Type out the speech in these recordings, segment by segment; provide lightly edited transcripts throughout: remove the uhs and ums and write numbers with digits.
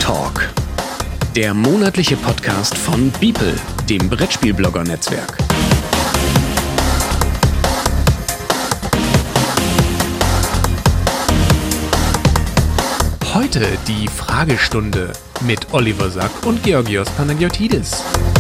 Talk, der monatliche Podcast von Beeple, dem Brettspielblogger-Netzwerk. Heute die Fragestunde mit Oliver Sack und Georgios Panagiotidis.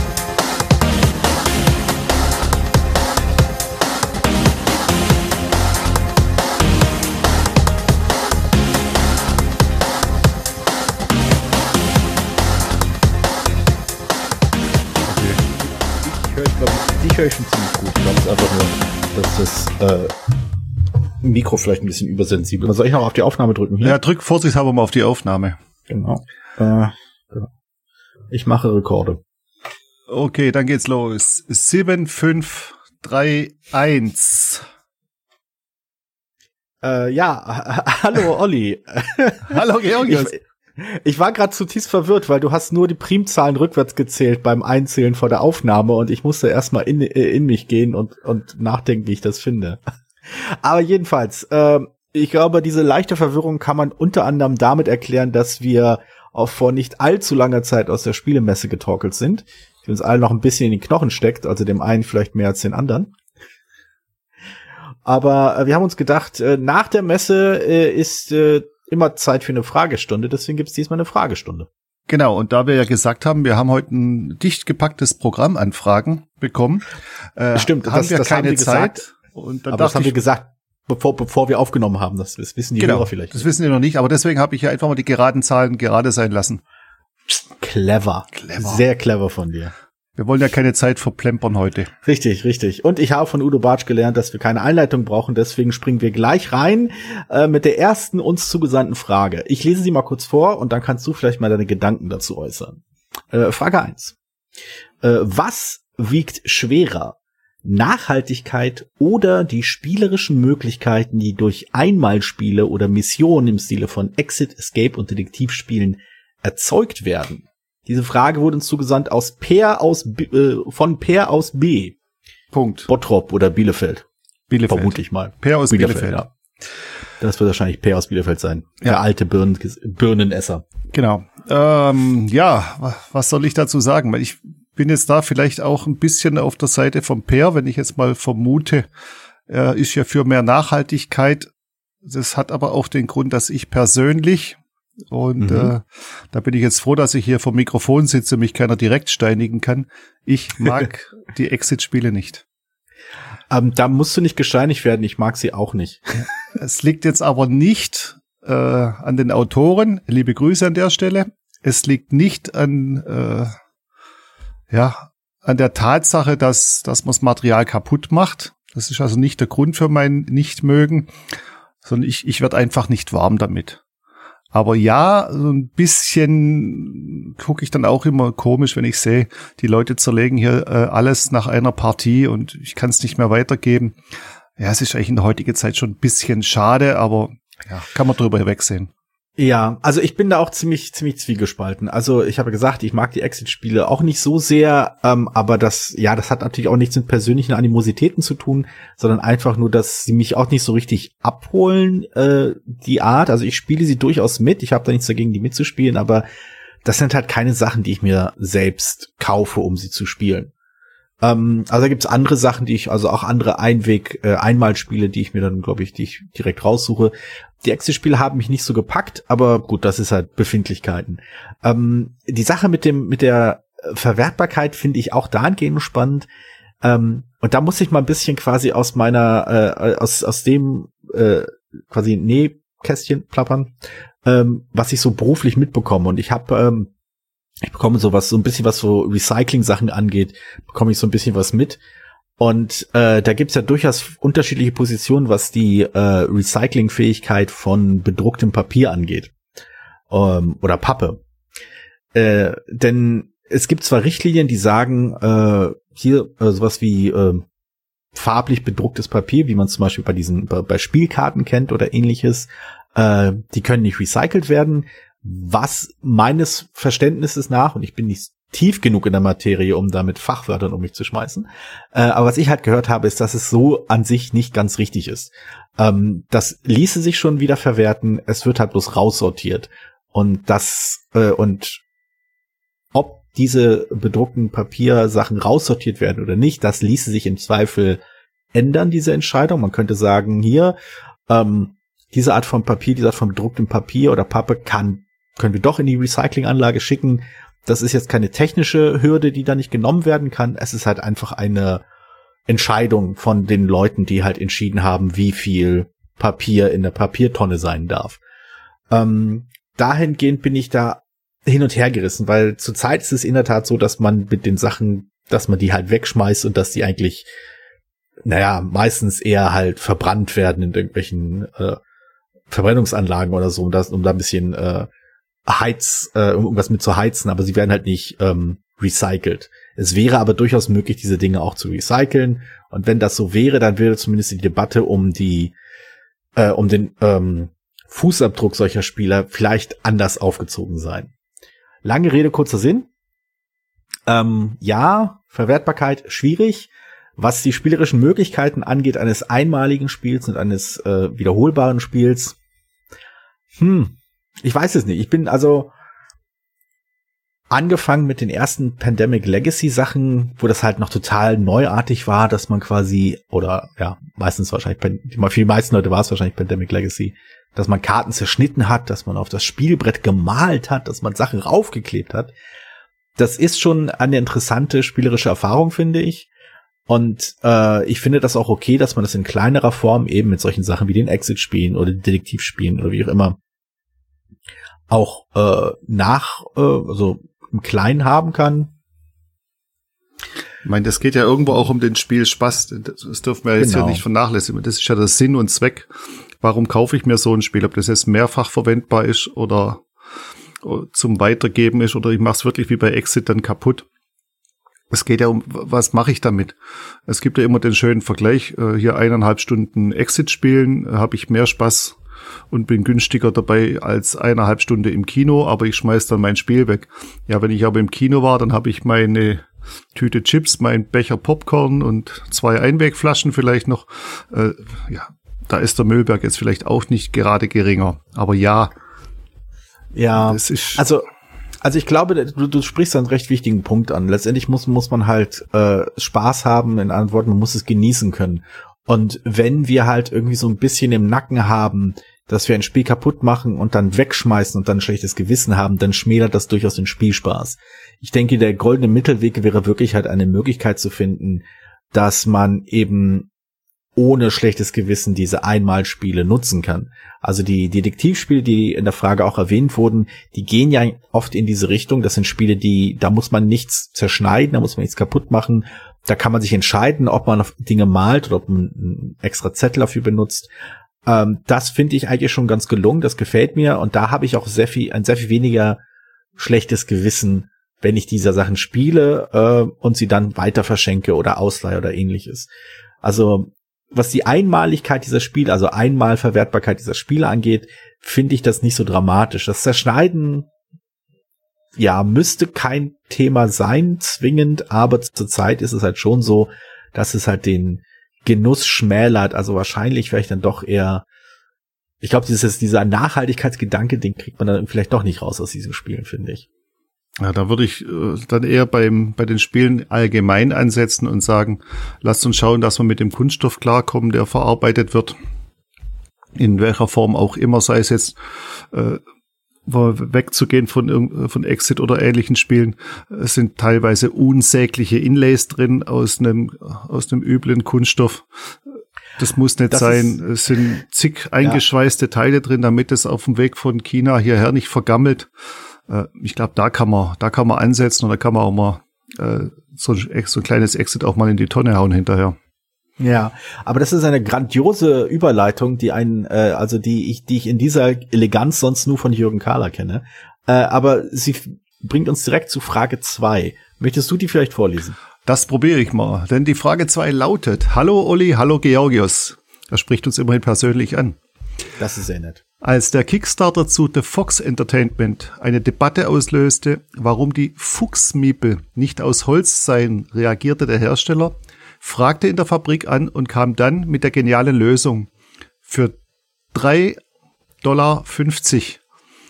Ich höre schon ziemlich gut. Ich glaube, es ist einfach nur, dass das Mikro vielleicht ein bisschen übersensibel ist. Soll ich noch auf die Aufnahme drücken? Hier? Ja, drück vorsichtshalber mal auf die Aufnahme. Genau. Ich mache Rekorde. Okay, dann geht's los. 7, 5, 3, 1. Hallo Olli. Hallo Georgios. Ich war gerade zutiefst verwirrt, weil du hast nur die Primzahlen rückwärts gezählt beim Einzählen vor der Aufnahme und ich musste erstmal in mich gehen und nachdenken, wie ich das finde. Aber jedenfalls, ich glaube, diese leichte Verwirrung kann man unter anderem damit erklären, dass wir auch vor nicht allzu langer Zeit aus der Spielemesse getorkelt sind, die uns allen noch ein bisschen in die Knochen steckt, also dem einen vielleicht mehr als den anderen. Aber wir haben uns gedacht, nach der Messe ist immer Zeit für eine Fragestunde, deswegen gibt's diesmal eine Fragestunde. Genau, und da wir ja gesagt haben, wir haben heute ein dicht gepacktes Programm an Fragen bekommen, Stimmt, haben wir keine haben Zeit. Gesagt, und dann aber das haben wir gesagt, bevor wir aufgenommen haben. Das wissen die Hörer vielleicht. Das wissen die noch nicht, aber deswegen habe ich ja einfach mal die geraden Zahlen gerade sein lassen. Clever. Sehr clever von dir. Wir wollen ja keine Zeit verplempern heute. Richtig. Und ich habe von Udo Bartsch gelernt, dass wir keine Einleitung brauchen. Deswegen springen wir gleich rein mit der ersten uns zugesandten Frage. Ich lese sie mal kurz vor und dann kannst du vielleicht mal deine Gedanken dazu äußern. Frage 1. Was wiegt schwerer? Nachhaltigkeit oder die spielerischen Möglichkeiten, die durch Einmalspiele oder Missionen im Stile von Exit, Escape und Detektivspielen erzeugt werden? Diese Frage wurde uns zugesandt von Per aus B. Punkt. Bottrop oder Bielefeld. Vermute ich mal. Per aus Bielefeld. Ja. Das wird wahrscheinlich Per aus Bielefeld sein. Ja. Der alte Birnenesser. Genau. Was soll ich dazu sagen? Weil ich bin jetzt da vielleicht auch ein bisschen auf der Seite von Per, wenn ich jetzt mal vermute, er ist ja für mehr Nachhaltigkeit. Das hat aber auch den Grund, dass ich persönlich und da bin ich jetzt froh, dass ich hier vor dem Mikrofon sitze und mich keiner direkt steinigen kann. Ich mag die Exit-Spiele nicht. Da musst du nicht gesteinigt werden, ich mag sie auch nicht. Es liegt jetzt aber nicht an den Autoren, liebe Grüße an der Stelle. Es liegt nicht an der Tatsache, dass man das Material kaputt macht. Das ist also nicht der Grund für mein Nichtmögen, sondern ich werde einfach nicht warm damit. Aber ja, so ein bisschen gucke ich dann auch immer komisch, wenn ich sehe, die Leute zerlegen hier alles nach einer Partie und ich kann es nicht mehr weitergeben. Ja, es ist eigentlich in der heutigen Zeit schon ein bisschen schade, aber ja, kann man drüber hinwegsehen. Ja, also ich bin da auch ziemlich zwiegespalten. Also ich habe gesagt, ich mag die Exit-Spiele auch nicht so sehr, aber das hat natürlich auch nichts mit persönlichen Animositäten zu tun, sondern einfach nur, dass sie mich auch nicht so richtig abholen, die Art. Also ich spiele sie durchaus mit, ich habe da nichts dagegen, die mitzuspielen, aber das sind halt keine Sachen, die ich mir selbst kaufe, um sie zu spielen. Also da gibt's andere Sachen, auch andere Einmalspiele, die ich mir dann, glaube ich, die ich direkt raussuche. Die Exit-Spiele haben mich nicht so gepackt, aber gut, das ist halt Befindlichkeiten. Die Sache mit der Verwertbarkeit finde ich auch dahingehend spannend. Und da muss ich mal ein bisschen quasi aus meiner, aus dem quasi Nähkästchen plappern, was ich so beruflich mitbekomme. Und ich bekomme so ein bisschen was so Recycling-Sachen angeht, bekomme ich so ein bisschen was mit. Und da gibt's ja durchaus unterschiedliche Positionen, was die Recyclingfähigkeit von bedrucktem Papier angeht. Oder Pappe. Denn es gibt zwar Richtlinien, die sagen, hier sowas wie farblich bedrucktes Papier, wie man zum Beispiel bei Spielkarten kennt oder ähnliches, die können nicht recycelt werden. Was meines Verständnisses nach, und ich bin nicht tief genug in der Materie, um da mit Fachwörtern um mich zu schmeißen, aber was ich halt gehört habe, ist, dass es so an sich nicht ganz richtig ist. Das ließe sich schon wieder verwerten, es wird halt bloß raussortiert. Und ob diese bedruckten Papiersachen raussortiert werden oder nicht, das ließe sich im Zweifel ändern, diese Entscheidung. Man könnte sagen, hier, diese Art von Papier, diese Art von bedrucktem Papier oder Pappe können wir doch in die Recyclinganlage schicken. Das ist jetzt keine technische Hürde, die da nicht genommen werden kann. Es ist halt einfach eine Entscheidung von den Leuten, die halt entschieden haben, wie viel Papier in der Papiertonne sein darf. Dahingehend bin ich da hin und her gerissen, weil zurzeit ist es in der Tat so, dass man mit den Sachen, dass man die halt wegschmeißt und dass die eigentlich, meistens eher halt verbrannt werden in irgendwelchen Verbrennungsanlagen oder so, um da ein bisschen irgendwas mit zu heizen, aber sie werden halt nicht recycelt. Es wäre aber durchaus möglich, diese Dinge auch zu recyceln. Und wenn das so wäre, dann würde zumindest die Debatte um den Fußabdruck solcher Spieler vielleicht anders aufgezogen sein. Lange Rede, kurzer Sinn. Verwertbarkeit schwierig. Was die spielerischen Möglichkeiten angeht eines einmaligen Spiels und eines wiederholbaren Spiels, ich weiß es nicht. Ich bin also angefangen mit den ersten Pandemic Legacy Sachen, wo das halt noch total neuartig war, dass man quasi, meistens wahrscheinlich, für die meisten Leute war es wahrscheinlich Pandemic Legacy, dass man Karten zerschnitten hat, dass man auf das Spielbrett gemalt hat, dass man Sachen raufgeklebt hat. Das ist schon eine interessante spielerische Erfahrung, finde ich. Und ich finde das auch okay, dass man das in kleinerer Form eben mit solchen Sachen wie den Exit-Spielen oder den Detektivspielen oder wie auch immer auch also im Kleinen haben kann. Ich meine, das geht ja irgendwo auch um den Spielspaß. Das dürfen wir jetzt ja nicht vernachlässigen. Das ist ja der Sinn und Zweck. Warum kaufe ich mir so ein Spiel? Ob das jetzt mehrfach verwendbar ist oder zum Weitergeben ist oder ich mache es wirklich wie bei Exit dann kaputt. Es geht ja um, was mache ich damit? Es gibt ja immer den schönen Vergleich. Hier 1,5 Stunden Exit spielen, habe ich mehr Spaß und bin günstiger dabei als 1,5 Stunden im Kino, aber ich schmeiß dann mein Spiel weg. Ja, wenn ich aber im Kino war, dann habe ich meine Tüte Chips, meinen Becher Popcorn und 2 Einwegflaschen vielleicht noch. Da ist der Müllberg jetzt vielleicht auch nicht gerade geringer. Aber das ist also ich glaube, du sprichst einen recht wichtigen Punkt an. Letztendlich muss man halt Spaß haben, in anderen Worten, man muss es genießen können. Und wenn wir halt irgendwie so ein bisschen im Nacken haben, dass wir ein Spiel kaputt machen und dann wegschmeißen und dann ein schlechtes Gewissen haben, dann schmälert das durchaus den Spielspaß. Ich denke, der goldene Mittelweg wäre wirklich halt eine Möglichkeit zu finden, dass man eben ohne schlechtes Gewissen diese Einmalspiele nutzen kann. Also die Detektivspiele, die in der Frage auch erwähnt wurden, die gehen ja oft in diese Richtung. Das sind Spiele, da muss man nichts zerschneiden, da muss man nichts kaputt machen. Da kann man sich entscheiden, ob man auf Dinge malt oder ob man einen extra Zettel dafür benutzt. Das finde ich eigentlich schon ganz gelungen, das gefällt mir. Und da habe ich auch sehr viel weniger schlechtes Gewissen, wenn ich diese Sachen spiele und sie dann weiter verschenke oder ausleihe oder ähnliches. Also was die Einmaligkeit dieser Spiele, also Einmalverwertbarkeit dieser Spiele angeht, finde ich das nicht so dramatisch. Das Zerschneiden, müsste kein Thema sein, zwingend, aber zurzeit ist es halt schon so, dass es halt den Genuss schmälert. Also wahrscheinlich vielleicht dann doch eher, ich glaube, dieser Nachhaltigkeitsgedanke, den kriegt man dann vielleicht doch nicht raus aus diesen Spielen, finde ich. Ja, da würde ich dann eher bei den Spielen allgemein ansetzen und sagen, lasst uns schauen, dass wir mit dem Kunststoff klarkommen, der verarbeitet wird. In welcher Form auch immer, sei es jetzt wegzugehen von Exit oder ähnlichen Spielen. Es sind teilweise unsägliche Inlays drin aus einem üblen Kunststoff. Das muss nicht sein. Es sind zig eingeschweißte Teile drin, damit es auf dem Weg von China hierher nicht vergammelt. Ich glaube, da kann man ansetzen und da kann man auch mal so ein kleines Exit auch mal in die Tonne hauen hinterher. Ja, aber das ist eine grandiose Überleitung, die ich in dieser Eleganz sonst nur von Jürgen Kahler kenne. Aber sie bringt uns direkt zu Frage 2. Möchtest du die vielleicht vorlesen? Das probiere ich mal, denn die Frage 2 lautet: Hallo Olli, hallo Georgios. Er spricht uns immerhin persönlich an. Das ist sehr nett. Als der Kickstarter zu The Fox Entertainment eine Debatte auslöste, warum die Fuchsmiepel nicht aus Holz seien, reagierte der Hersteller, fragte in der Fabrik an und kam dann mit der genialen Lösung. Für $3,50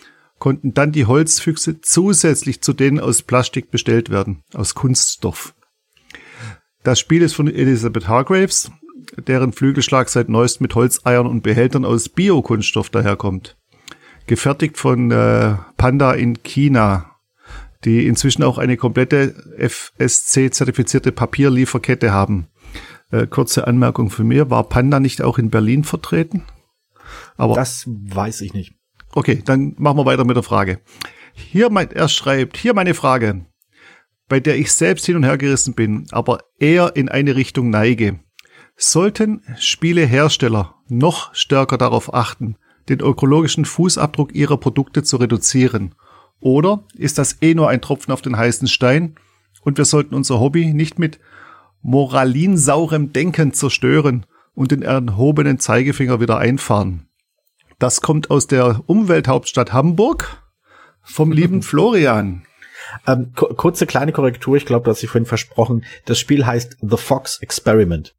konnten dann die Holzfüchse zusätzlich zu denen aus Plastik bestellt werden, aus Kunststoff. Das Spiel ist von Elizabeth Hargraves, deren Flügelschlag seit neuestem mit Holzeiern und Behältern aus Biokunststoff daherkommt. Gefertigt von Panda in China, die inzwischen auch eine komplette FSC-zertifizierte Papierlieferkette haben. Kurze Anmerkung von mir, war Panda nicht auch in Berlin vertreten? Aber das weiß ich nicht. Okay, dann machen wir weiter mit der Frage. Er schreibt, hier meine Frage, bei der ich selbst hin und her gerissen bin, aber eher in eine Richtung neige. Sollten Spielehersteller noch stärker darauf achten, den ökologischen Fußabdruck ihrer Produkte zu reduzieren? Oder ist das nur ein Tropfen auf den heißen Stein und wir sollten unser Hobby nicht mit moralinsaurem Denken zerstören und den erhobenen Zeigefinger wieder einfahren? Das kommt aus der Umwelthauptstadt Hamburg vom lieben Florian. Kurze kleine Korrektur, ich glaube, du hast dich vorhin versprochen. Das Spiel heißt The Fox Experiment.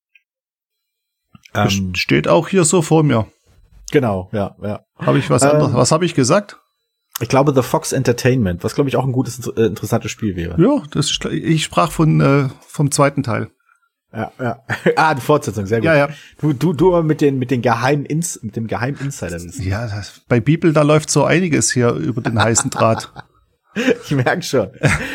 Steht auch hier so vor mir. Genau, ja. Habe ich was anderes? Was habe ich gesagt? Ich glaube The Fox Entertainment, was glaube ich auch ein gutes, interessantes Spiel wäre. Ja, ich sprach vom zweiten Teil. Ja. Die Fortsetzung, sehr gut. Ja. Du mit dem geheimen Insider-Wissen. Ja, bei Bibel, da läuft so einiges hier über den heißen Draht. Ich merke schon.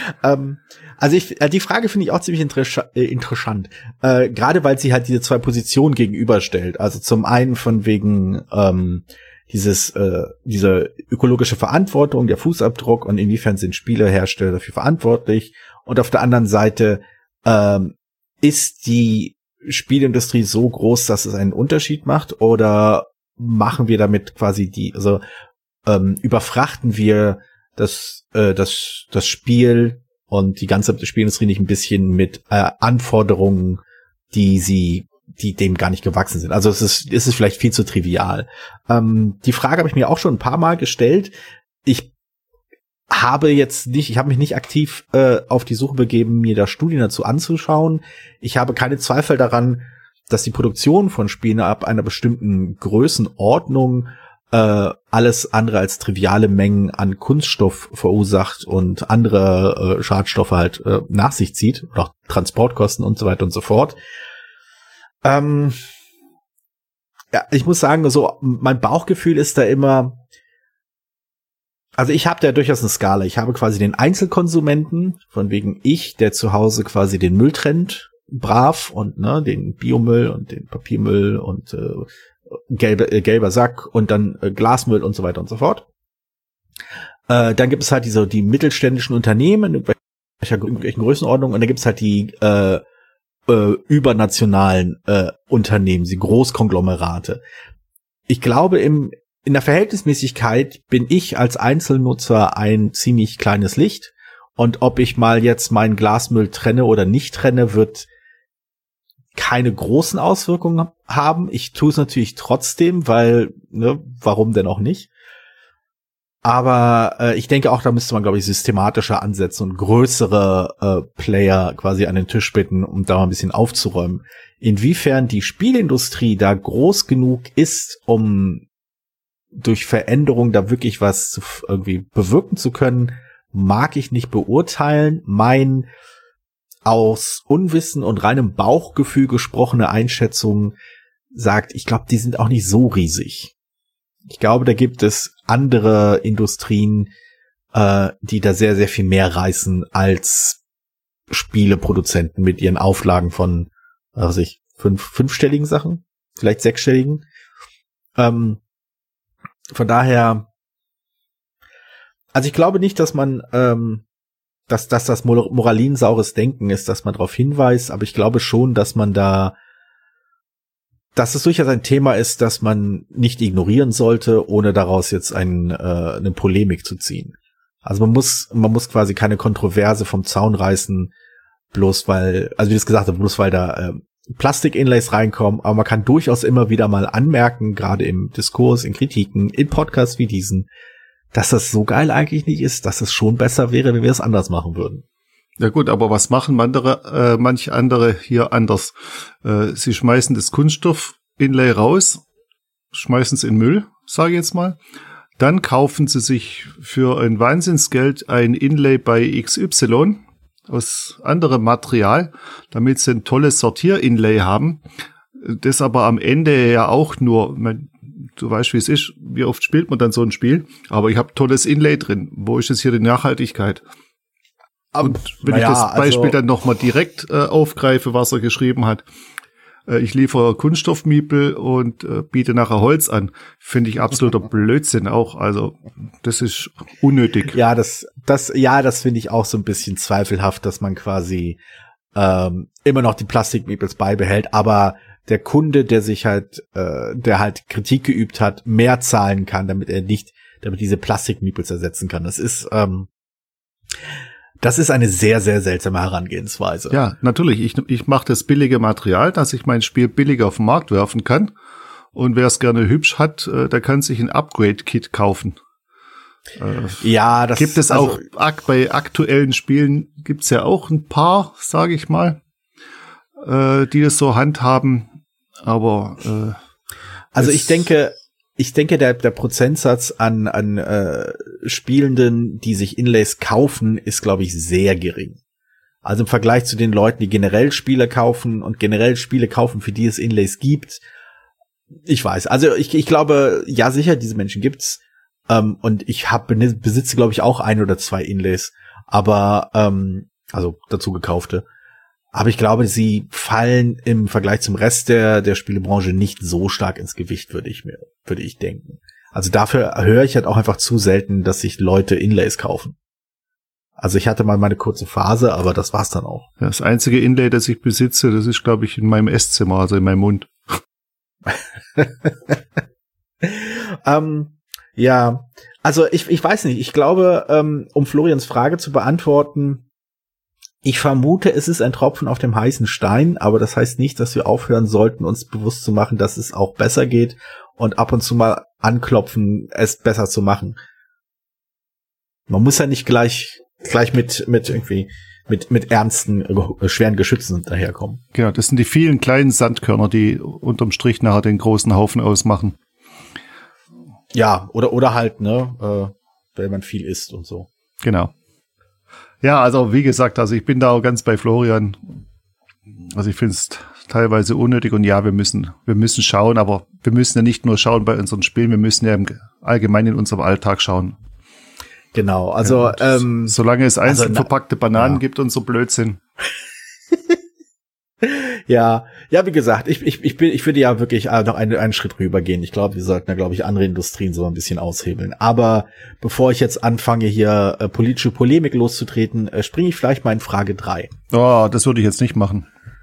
Die Frage finde ich auch ziemlich interessant. Gerade weil sie halt diese zwei Positionen gegenüberstellt. Also zum einen von wegen diese ökologische Verantwortung, der Fußabdruck und inwiefern sind Spielehersteller dafür verantwortlich. Und auf der anderen Seite ist die Spielindustrie so groß, dass es einen Unterschied macht, oder machen wir damit quasi überfrachten wir das Spiel und die ganze Spielindustrie nicht ein bisschen mit Anforderungen, die dem gar nicht gewachsen sind. Also es ist vielleicht viel zu trivial. Die Frage habe ich mir auch schon ein paar Mal gestellt. Ich habe mich nicht aktiv auf die Suche begeben, mir da Studien dazu anzuschauen. Ich habe keine Zweifel daran, dass die Produktion von Spielen ab einer bestimmten Größenordnung alles andere als triviale Mengen an Kunststoff verursacht und andere Schadstoffe halt nach sich zieht, oder auch Transportkosten und so weiter und so fort. Ich muss sagen, so mein Bauchgefühl ist da immer, also ich habe da durchaus eine Skala. Ich habe quasi den Einzelkonsumenten, von wegen der zu Hause quasi den Müll trennt, brav, und den Biomüll und den Papiermüll und gelber Sack und dann Glasmüll und so weiter und so fort. Dann gibt es halt die mittelständischen Unternehmen in welchen Größenordnung, und dann gibt es halt die übernationalen Unternehmen, die Großkonglomerate. Ich glaube, in der Verhältnismäßigkeit bin ich als Einzelnutzer ein ziemlich kleines Licht, und ob ich mal jetzt meinen Glasmüll trenne oder nicht trenne, wird keine großen Auswirkungen haben. Ich tue es natürlich trotzdem, weil, warum denn auch nicht? Aber ich denke auch, da müsste man, glaube ich, systematischer ansetzen und größere Player quasi an den Tisch bitten, um da mal ein bisschen aufzuräumen. Inwiefern die Spielindustrie da groß genug ist, um durch Veränderung da wirklich was irgendwie bewirken zu können, mag ich nicht beurteilen. Mein aus Unwissen und reinem Bauchgefühl gesprochene Einschätzung sagt, ich glaube, die sind auch nicht so riesig. Ich glaube, da gibt es andere Industrien, die da sehr, sehr viel mehr reißen als Spieleproduzenten mit ihren Auflagen von, fünfstelligen Sachen, vielleicht sechsstelligen. Von daher, also ich glaube nicht, dass man, dass das moralinsaures Denken ist, dass man darauf hinweist, aber ich glaube schon, dass es durchaus ein Thema ist, das man nicht ignorieren sollte, ohne daraus jetzt eine Polemik zu ziehen. Also man muss quasi keine Kontroverse vom Zaun reißen, bloß weil da Plastik-Inlays reinkommen, aber man kann durchaus immer wieder mal anmerken, gerade im Diskurs, in Kritiken, in Podcasts wie diesen, dass das so geil eigentlich nicht ist, dass es schon besser wäre, wenn wir es anders machen würden. Ja gut, aber was machen manche andere hier anders? Sie schmeißen das Kunststoff-Inlay raus, schmeißen es in Müll, sage ich jetzt mal. Dann kaufen sie sich für ein Wahnsinnsgeld ein Inlay bei XY aus anderem Material, damit sie ein tolles Sortier-Inlay haben. Das aber am Ende ja auch nur, du weißt, wie es ist, wie oft spielt man dann so ein Spiel, aber ich habe tolles Inlay drin. Wo ist jetzt hier die Nachhaltigkeit? Und wenn ich das Beispiel dann nochmal direkt aufgreife, was er geschrieben hat, ich liefere Kunststoffmiepel und biete nachher Holz an, finde ich absoluter Blödsinn auch. Also das ist unnötig. Ja, das finde ich auch so ein bisschen zweifelhaft, dass man quasi immer noch die Plastikmiepels beibehält, aber der Kunde, der halt Kritik geübt hat, mehr zahlen kann, damit diese Plastikmiepels ersetzen kann. Das ist eine sehr, sehr seltsame Herangehensweise. Ja, natürlich. Ich mache das billige Material, dass ich mein Spiel billiger auf den Markt werfen kann. Und wer es gerne hübsch hat, der kann sich ein Upgrade-Kit kaufen. Das gibt es auch bei aktuellen Spielen gibt's ja auch ein paar, sage ich mal, die das so handhaben. Aber ich denke, der Prozentsatz an Spielenden, die sich Inlays kaufen, ist, glaube ich, sehr gering. Also im Vergleich zu den Leuten, die generell Spiele kaufen und generell Spiele kaufen, für die es Inlays gibt. Ich weiß, also ich glaube, ja sicher, diese Menschen gibt's. Und ich besitze, glaube ich, auch 1 oder 2 Inlays, aber also dazu gekaufte. Aber ich glaube, sie fallen im Vergleich zum Rest der Spielebranche nicht so stark ins Gewicht, würde ich denken. Also dafür höre ich halt auch einfach zu selten, dass sich Leute Inlays kaufen. Also ich hatte mal meine kurze Phase, aber das war's dann auch. Das einzige Inlay, das ich besitze, das ist, glaube ich, in meinem Esszimmer, also in meinem Mund. Ja, also ich weiß nicht. Ich glaube, um Florians Frage zu beantworten, ich vermute, es ist ein Tropfen auf dem heißen Stein, aber das heißt nicht, dass wir aufhören sollten, uns bewusst zu machen, dass es auch besser geht und ab und zu mal anklopfen, es besser zu machen. Man muss ja nicht gleich mit ernsten, schweren Geschützen daherkommen. Genau, das sind die vielen kleinen Sandkörner, die unterm Strich nachher den großen Haufen ausmachen. Ja, oder halt, wenn man viel isst und so. Genau. Ja, also wie gesagt, also ich bin da auch ganz bei Florian. Also ich finde es teilweise unnötig und ja, wir müssen schauen, aber wir müssen ja nicht nur schauen bei unseren Spielen, wir müssen ja allgemein in unserem Alltag schauen. Genau, also solange es einzeln verpackte Bananen gibt und so Blödsinn. Ja, wie gesagt, ich würde ja wirklich noch einen Schritt rübergehen. Ich glaube, wir sollten da, andere Industrien so ein bisschen aushebeln. Aber bevor ich jetzt anfange, hier politische Polemik loszutreten, springe ich vielleicht mal in Frage 3. Oh, das würde ich jetzt nicht machen.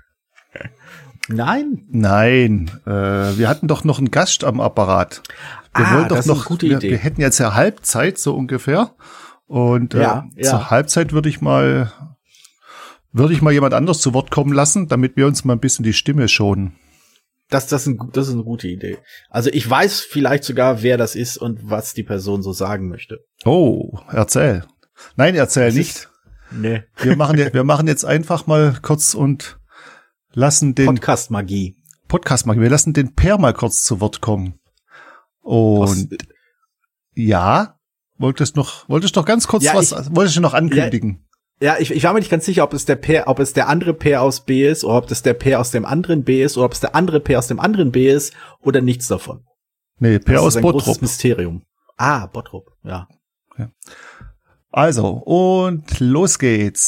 Nein. Wir hatten doch noch einen Gast am Apparat. Wir wollen doch noch, wir hätten jetzt ja Halbzeit, so ungefähr. Und zur Halbzeit würde ich mal jemand anders zu Wort kommen lassen, damit wir uns mal ein bisschen die Stimme schonen. Das ist eine gute Idee. Also ich weiß vielleicht sogar, wer das ist und was die Person so sagen möchte. Oh, erzähl. Nein, erzähl nicht. Nee. Wir machen jetzt einfach mal kurz und lassen den Podcast-Magie. Wir lassen den Per mal kurz zu Wort kommen. Und wolltest doch ganz kurz wolltest du noch ankündigen? Ja, ich war mir nicht ganz sicher, ob es der andere Pair aus B ist, oder ob das der Pair aus dem anderen B ist, oder ob es der andere Pair aus dem anderen B ist, oder nichts davon. Nee, Pair aus Bottrop. Das ist ein großes Mysterium. Ah, Bottrop, ja. Also, und los geht's.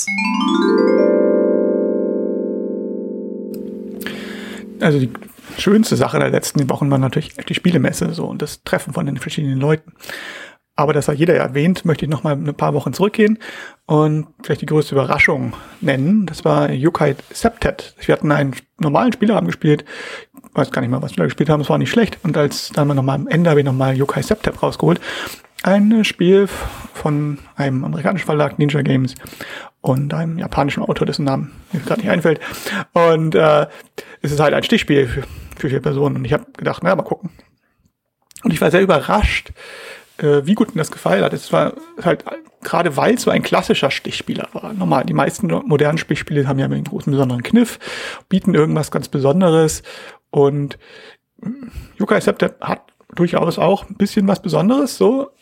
Also die schönste Sache der letzten Wochen war natürlich die Spielemesse so und das Treffen von den verschiedenen Leuten. Aber das hat jeder ja erwähnt, möchte ich noch mal ein paar Wochen zurückgehen und vielleicht die größte Überraschung nennen. Das war Yokai Septet. Wir hatten einen normalen Spielabend gespielt. Ich weiß gar nicht mal, was wir da gespielt haben. Es war nicht schlecht. Und dann haben wir noch mal am Ende habe ich noch mal Yokai Septet rausgeholt. Ein Spiel von einem amerikanischen Verlag, Ninja Games, und einem japanischen Autor, dessen Namen mir gerade nicht einfällt. Und es ist halt ein Stichspiel für 4 Personen. Und ich habe gedacht, mal gucken. Und ich war sehr überrascht, wie gut mir das gefallen hat. Es war halt, gerade weil es so ein klassischer Stichspieler war. Normal, die meisten modernen Stichspiele haben ja einen großen besonderen Kniff, bieten irgendwas ganz Besonderes. Und Yokai Septet hat durchaus auch ein bisschen was Besonderes, so,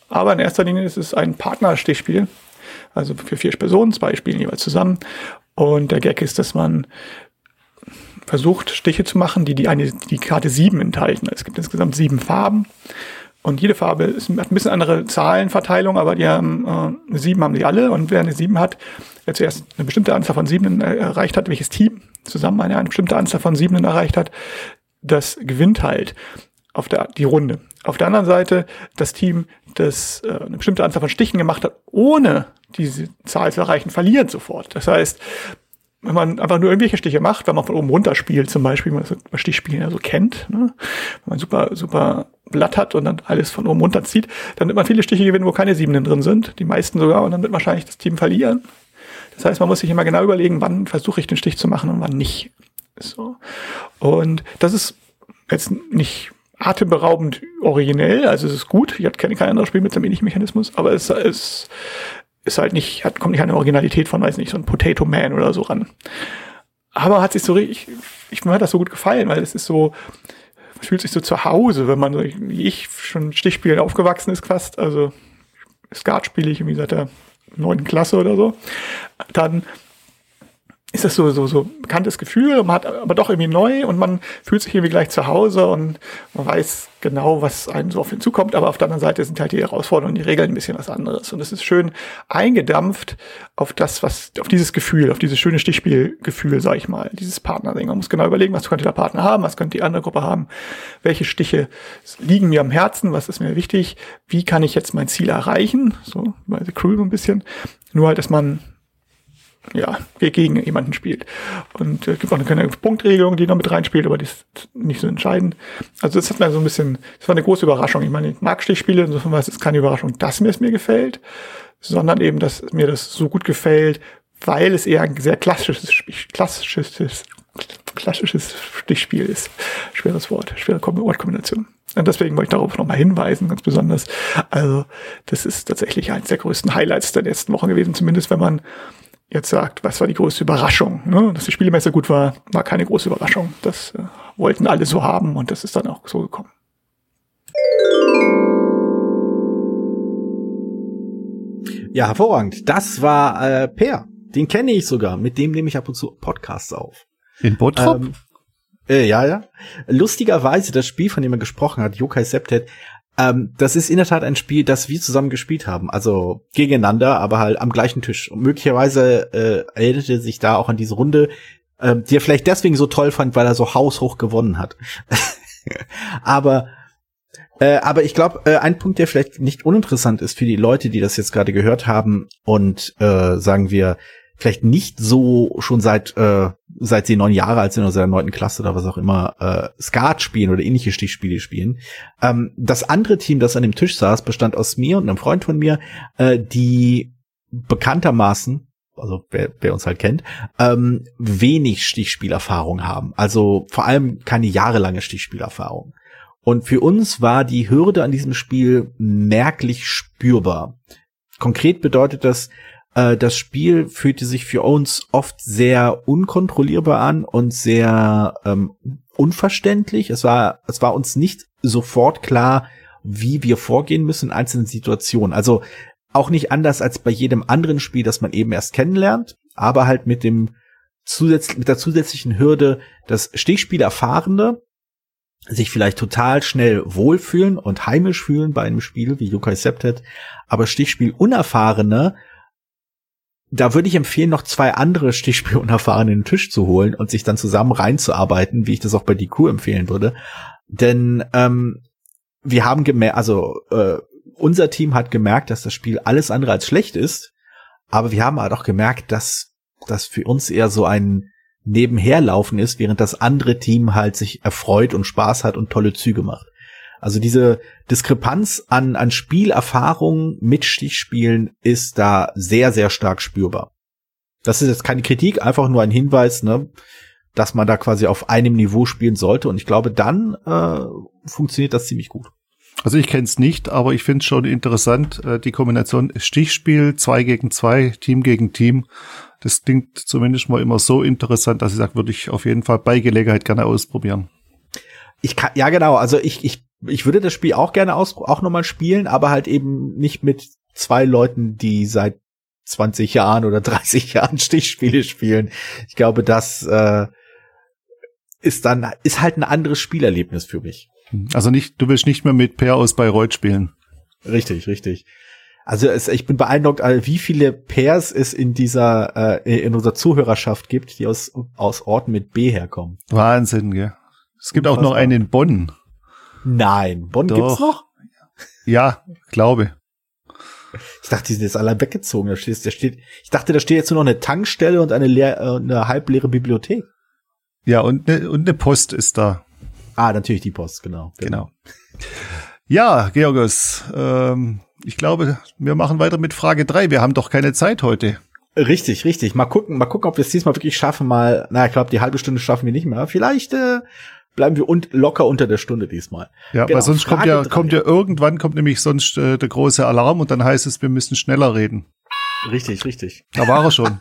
Aber in erster Linie ist es ein Partnerstichspiel. Also für 4 Personen, 2 spielen jeweils zusammen. Und der Gag ist, dass man versucht, Stiche zu machen, die Karte 7 enthalten. Es gibt insgesamt 7 Farben. Und jede Farbe hat ein bisschen andere Zahlenverteilung, aber die haben, eine 7 haben die alle. Und wer eine 7 hat, wer zuerst eine bestimmte Anzahl von 7 erreicht hat, welches Team zusammen eine bestimmte Anzahl von 7 erreicht hat, das gewinnt halt die Runde. Auf der anderen Seite das Team, das eine bestimmte Anzahl von Stichen gemacht hat, ohne diese Zahl zu erreichen, verliert sofort. Das heißt, wenn man einfach nur irgendwelche Stiche macht, wenn man von oben runter spielt zum Beispiel, wie man das bei Stichspielen ja so kennt, ne? Wenn man super Blatt hat und dann alles von oben runter zieht, dann wird man viele Stiche gewinnen, wo keine 7 drin sind, die meisten sogar, und dann wird wahrscheinlich das Team verlieren. Das heißt, man muss sich immer genau überlegen, wann versuche ich den Stich zu machen und wann nicht. So. Und das ist jetzt nicht atemberaubend originell, also es ist gut, ich hatte kein anderes Spiel mit so einem ähnlichen Mechanismus, aber es ist halt nicht, kommt nicht an eine Originalität von, weiß nicht, so ein Potato Man oder so ran. Aber hat sich so richtig, mir hat das so gut gefallen, weil es ist so, es fühlt sich so zu Hause, wenn man so, wie ich schon Stichspielen aufgewachsen ist fast, also Skat spiele ich irgendwie seit der 9. Klasse oder so, dann ist das so bekanntes Gefühl, man hat aber doch irgendwie neu und man fühlt sich irgendwie gleich zu Hause und man weiß genau, was einem so auf ihn zukommt, aber auf der anderen Seite sind halt die Herausforderungen, die Regeln ein bisschen was anderes und es ist schön eingedampft auf dieses Gefühl, auf dieses schöne Stichspielgefühl, sag ich mal, dieses Partnerding. Man muss genau überlegen, was könnte der Partner haben, was könnte die andere Gruppe haben, welche Stiche liegen mir am Herzen, was ist mir wichtig, wie kann ich jetzt mein Ziel erreichen, so bei The Crew so ein bisschen, nur halt, dass man gegen jemanden spielt. Und es gibt auch eine Punktregelung, die noch mit reinspielt, aber die ist nicht so entscheidend. Also das hat mir so ein bisschen, das war eine große Überraschung. Ich meine, ich mag Stichspiele, insofern war es keine Überraschung, dass mir es mir gefällt, sondern eben, dass mir das so gut gefällt, weil es eher ein sehr klassisches Stichspiel ist. Schweres Wort, schwere Wortkombination. Und deswegen wollte ich darauf nochmal hinweisen, ganz besonders. Also, das ist tatsächlich eines der größten Highlights der letzten Wochen gewesen, zumindest wenn man jetzt sagt, was war die größte Überraschung? Ne? Dass die Spielemesse gut war keine große Überraschung. Das wollten alle so haben und das ist dann auch so gekommen. Ja, hervorragend. Das war Per. Den kenne ich sogar. Mit dem nehme ich ab und zu Podcasts auf. In Bottrop? Ja. Lustigerweise, das Spiel, von dem er gesprochen hat, Yokai Septet, das ist in der Tat ein Spiel, das wir zusammen gespielt haben. Also gegeneinander, aber halt am gleichen Tisch. Und möglicherweise erinnerte sich da auch an diese Runde, die er vielleicht deswegen so toll fand, weil er so haushoch gewonnen hat. Aber ich glaube, ein Punkt, der vielleicht nicht uninteressant ist für die Leute, die das jetzt gerade gehört haben und sagen wir vielleicht nicht so schon seit sie 9 Jahre alt sind oder seit der 9. Klasse oder was auch immer Skat spielen oder ähnliche Stichspiele spielen. Das andere Team, das an dem Tisch saß, bestand aus mir und einem Freund von mir, die bekanntermaßen, also wer uns halt kennt, wenig Stichspielerfahrung haben. Also vor allem keine jahrelange Stichspielerfahrung. Und für uns war die Hürde an diesem Spiel merklich spürbar. Konkret bedeutet das, das Spiel fühlte sich für uns oft sehr unkontrollierbar an und sehr unverständlich. Es war uns nicht sofort klar, wie wir vorgehen müssen in einzelnen Situationen. Also auch nicht anders als bei jedem anderen Spiel, das man eben erst kennenlernt, aber halt mit der zusätzlichen Hürde, dass Stichspielerfahrene sich vielleicht total schnell wohlfühlen und heimisch fühlen bei einem Spiel wie Yokai Septet, aber Stichspiel-Unerfahrene, da würde ich empfehlen, noch 2 andere Stichspiel-Unerfahrene in den Tisch zu holen und sich dann zusammen reinzuarbeiten, wie ich das auch bei DQ empfehlen würde. Denn wir haben gemerkt, unser Team hat gemerkt, dass das Spiel alles andere als schlecht ist, aber wir haben halt auch gemerkt, dass das für uns eher so ein Nebenherlaufen ist, während das andere Team halt sich erfreut und Spaß hat und tolle Züge macht. Also diese Diskrepanz an Spielerfahrung mit Stichspielen ist da sehr, sehr stark spürbar. Das ist jetzt keine Kritik, einfach nur ein Hinweis, ne, dass man da quasi auf einem Niveau spielen sollte. Und ich glaube, dann funktioniert das ziemlich gut. Also ich kenne es nicht, aber ich finde es schon interessant, die Kombination Stichspiel, 2 gegen 2, Team gegen Team. Das klingt zumindest mal immer so interessant, dass ich sage, würde ich auf jeden Fall bei Gelegenheit gerne ausprobieren. Ja, genau. Also ich ich würde das Spiel auch gerne auch nochmal spielen, aber halt eben nicht mit 2 Leuten, die seit 20 Jahren oder 30 Jahren Stichspiele spielen. Ich glaube, das ist halt ein anderes Spielerlebnis für mich. Also du willst nicht mehr mit Per aus Bayreuth spielen. Richtig, richtig. Also ich bin beeindruckt, wie viele Pairs es in unserer Zuhörerschaft gibt, die aus Orten mit B herkommen. Wahnsinn, gell? Es gibt auch noch einen in Bonn. Nein, Bonn Doch. Gibt's noch? Ja, glaube. Ich dachte, die sind jetzt alle weggezogen. Ich dachte, da steht jetzt nur noch eine Tankstelle und eine halbleere Bibliothek. Ja, und eine Post ist da. Ah, natürlich die Post, genau. Ja, Georgos, ich glaube, wir machen weiter mit Frage 3. Wir haben doch keine Zeit heute. Richtig. Mal gucken, ob wir es diesmal wirklich schaffen. Ich glaube, die halbe Stunde schaffen wir nicht mehr. Vielleicht bleiben wir locker unter der Stunde diesmal. Ja, genau, weil sonst kommt irgendwann nämlich sonst der große Alarm und dann heißt es, wir müssen schneller reden. Richtig. Da war er schon.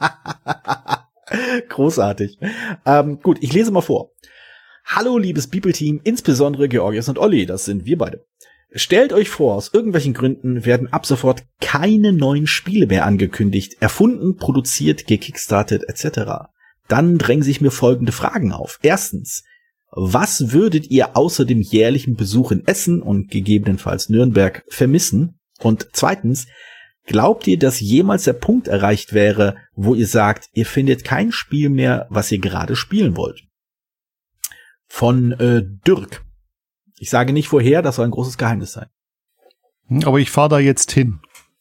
Großartig. Gut, ich lese mal vor. Hallo, liebes Bibelteam, insbesondere Georgios und Olli, das sind wir beide. Stellt euch vor, aus irgendwelchen Gründen werden ab sofort keine neuen Spiele mehr angekündigt, erfunden, produziert, gekickstartet etc. Dann drängen sich mir folgende Fragen auf. Erstens, was würdet ihr außer dem jährlichen Besuch in Essen und gegebenenfalls Nürnberg vermissen? Und zweitens, glaubt ihr, dass jemals der Punkt erreicht wäre, wo ihr sagt, ihr findet kein Spiel mehr, was ihr gerade spielen wollt? Von Dirk. Ich sage nicht woher, das soll ein großes Geheimnis sein. Aber ich fahre da jetzt hin.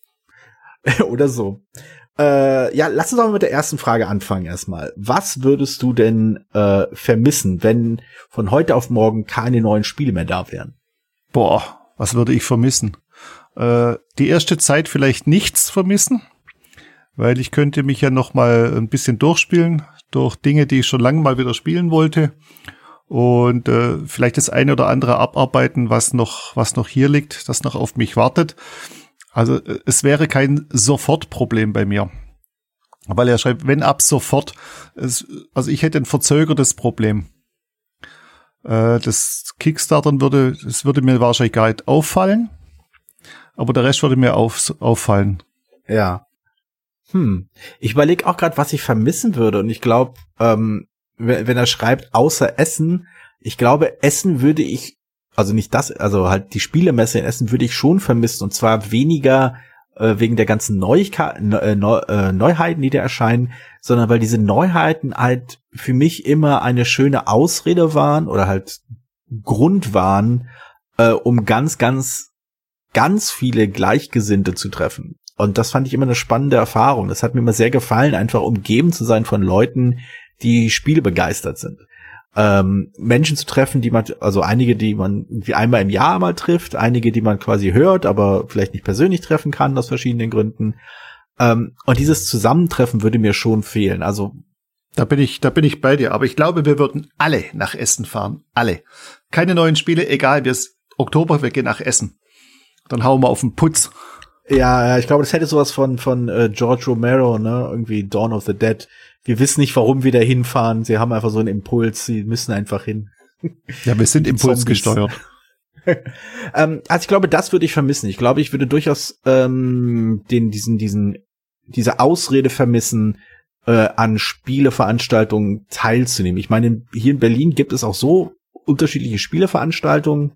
Oder so. Ja, lass uns doch mal mit der ersten Frage anfangen erstmal. Was würdest du denn vermissen, wenn von heute auf morgen keine neuen Spiele mehr da wären? Boah, was würde ich vermissen? Die erste Zeit vielleicht nichts vermissen, weil ich könnte mich ja noch mal ein bisschen durchspielen durch Dinge, die ich schon lange mal wieder spielen wollte. Und vielleicht das eine oder andere abarbeiten, was noch hier liegt, das noch auf mich wartet. Also es wäre kein Sofortproblem bei mir. Weil er schreibt, wenn ab sofort, also ich hätte ein verzögertes Problem. Das Kickstartern würde mir wahrscheinlich gar nicht auffallen, aber der Rest würde mir auffallen. Ja. Ich überlege auch gerade, was ich vermissen würde. Und ich glaube, wenn er schreibt, außer Essen, ich glaube, Essen würde ich, also nicht das, also halt die Spielemesse in Essen würde ich schon vermissen. Und zwar weniger wegen der ganzen Neuheiten, die da erscheinen, sondern weil diese Neuheiten halt für mich immer eine schöne Ausrede waren oder halt Grund waren, um ganz viele Gleichgesinnte zu treffen. Und das fand ich immer eine spannende Erfahrung. Das hat mir immer sehr gefallen, einfach umgeben zu sein von Leuten, die Spiele begeistert sind. Menschen zu treffen, einige, die man wie einmal im Jahr mal trifft, einige, die man quasi hört, aber vielleicht nicht persönlich treffen kann, aus verschiedenen Gründen. Und dieses Zusammentreffen würde mir schon fehlen. Also Da bin ich bei dir. Aber ich glaube, wir würden alle nach Essen fahren. Alle. Keine neuen Spiele, egal, Oktober, wir gehen nach Essen. Dann hauen wir auf den Putz. Ja, ich glaube, das hätte sowas von George Romero, ne? Irgendwie Dawn of the Dead. Wir wissen nicht, warum wir da hinfahren. Sie haben einfach so einen Impuls. Sie müssen einfach hin. Ja, wir sind impulsgesteuert. Also ich glaube, das würde ich vermissen. Ich glaube, ich würde durchaus diese Ausrede vermissen, an Spieleveranstaltungen teilzunehmen. Ich meine, hier in Berlin gibt es auch so unterschiedliche Spieleveranstaltungen.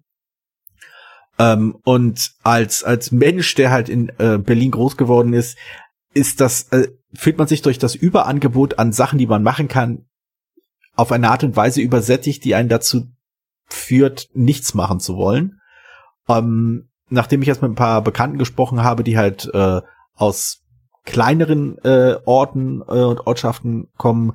Und als Mensch, der halt in Berlin groß geworden ist, fühlt man sich durch das Überangebot an Sachen, die man machen kann, auf eine Art und Weise übersättigt, die einen dazu führt, nichts machen zu wollen. Nachdem ich jetzt mit ein paar Bekannten gesprochen habe, die halt aus kleineren Orten und Ortschaften kommen,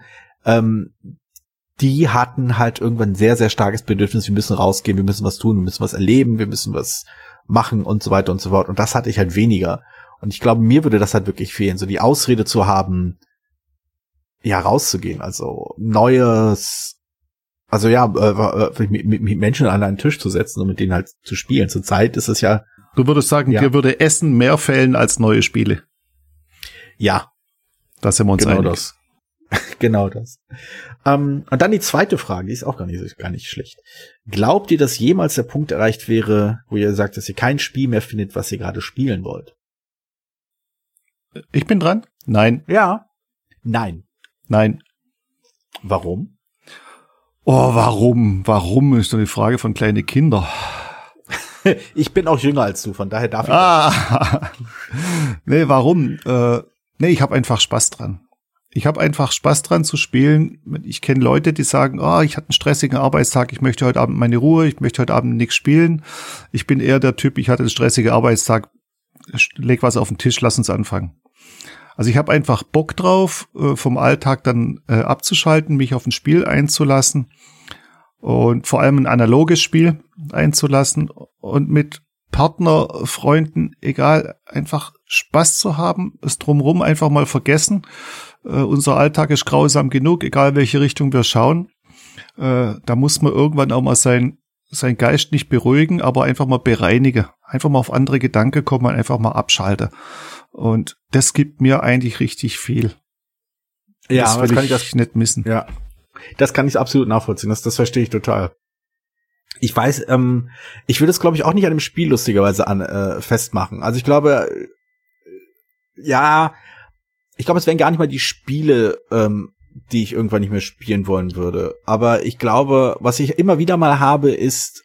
die hatten halt irgendwann ein sehr, sehr starkes Bedürfnis, wir müssen rausgehen, wir müssen was tun, wir müssen was erleben, wir müssen was machen und so weiter und so fort. Und das hatte ich halt weniger. Und ich glaube, mir würde das halt wirklich fehlen, so die Ausrede zu haben, ja, rauszugehen, also Neues, also ja, mit Menschen an einen Tisch zu setzen und mit denen halt zu spielen. Zurzeit ist es ja... Du würdest sagen, dir würde Essen mehr fehlen als neue Spiele. Ja. Da sind wir uns einig. Das. Genau das. Und dann die zweite Frage, die ist auch gar nicht schlecht. Glaubt ihr, dass jemals der Punkt erreicht wäre, wo ihr sagt, dass ihr kein Spiel mehr findet, was ihr gerade spielen wollt? Ich bin dran? Nein. Ja. Nein. Nein. Warum? Oh, warum? Warum ist doch die Frage von kleine Kinder. Ich bin auch jünger als du, von daher darf ich Nee, warum? Ich habe einfach Spaß dran. Ich habe einfach Spaß dran zu spielen. Ich kenne Leute, die sagen, ich hatte einen stressigen Arbeitstag, ich möchte heute Abend meine Ruhe, ich möchte heute Abend nichts spielen. Ich bin eher der Typ, ich hatte einen stressigen Arbeitstag, leg was auf den Tisch, lass uns anfangen. Also ich habe einfach Bock drauf, vom Alltag dann abzuschalten, mich auf ein Spiel einzulassen und vor allem ein analoges Spiel einzulassen und mit Partner, Freunden, egal, einfach Spaß zu haben, es drumherum einfach mal vergessen. Unser Alltag ist grausam genug, egal welche Richtung wir schauen. Da muss man irgendwann auch mal sein Geist nicht beruhigen, aber einfach mal bereinigen. Einfach mal auf andere Gedanken kommen und einfach mal abschalten. Und das gibt mir eigentlich richtig viel. Ja, das will ich nicht missen. Ja, das kann ich absolut nachvollziehen. Das verstehe ich total. Ich weiß, ich würde es, glaube ich, auch nicht an dem Spiel lustigerweise festmachen. Also ich glaube, es wären gar nicht mal die Spiele, die ich irgendwann nicht mehr spielen wollen würde. Aber ich glaube, was ich immer wieder mal habe, ist,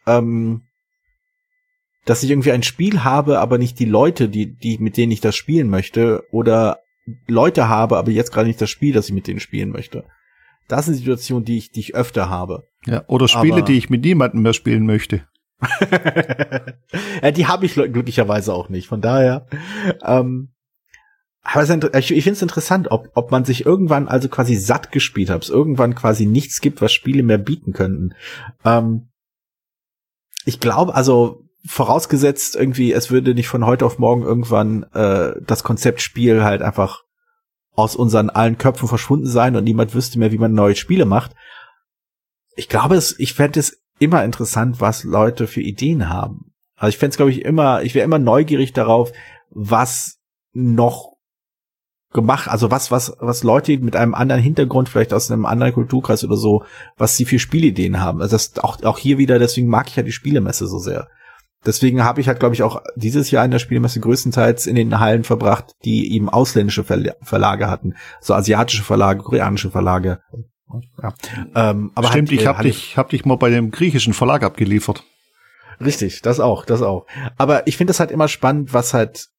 dass ich irgendwie ein Spiel habe, aber nicht die Leute, die mit denen ich das spielen möchte, oder Leute habe, aber jetzt gerade nicht das Spiel, das ich mit denen spielen möchte. Das ist eine Situation, die ich öfter habe. Ja, oder Spiele, die ich mit niemandem mehr spielen möchte. Ja, die habe ich glücklicherweise auch nicht. Von daher, aber ich finde es interessant, ob man sich irgendwann also quasi satt gespielt hat, ob es irgendwann quasi nichts gibt, was Spiele mehr bieten könnten. Ich glaube, also vorausgesetzt irgendwie, es würde nicht von heute auf morgen irgendwann das Konzept Spiel halt einfach aus unseren allen Köpfen verschwunden sein und niemand wüsste mehr, wie man neue Spiele macht. Ich glaube, ich fände es immer interessant, was Leute für Ideen haben. Also ich fände es, glaube ich, ich wäre immer neugierig darauf, was noch gemacht, also was Leute mit einem anderen Hintergrund, vielleicht aus einem anderen Kulturkreis oder so, was sie für Spielideen haben. Also das auch hier wieder, deswegen mag ich ja die Spielemesse so sehr. Deswegen habe ich halt, glaube ich, auch dieses Jahr in der Spielemesse größtenteils in den Hallen verbracht, die eben ausländische Verlage hatten. So asiatische Verlage, koreanische Verlage. Ja. Aber stimmt, halt, ich hab dich mal bei dem griechischen Verlag abgeliefert. Richtig, das auch. Aber ich finde das halt immer spannend, was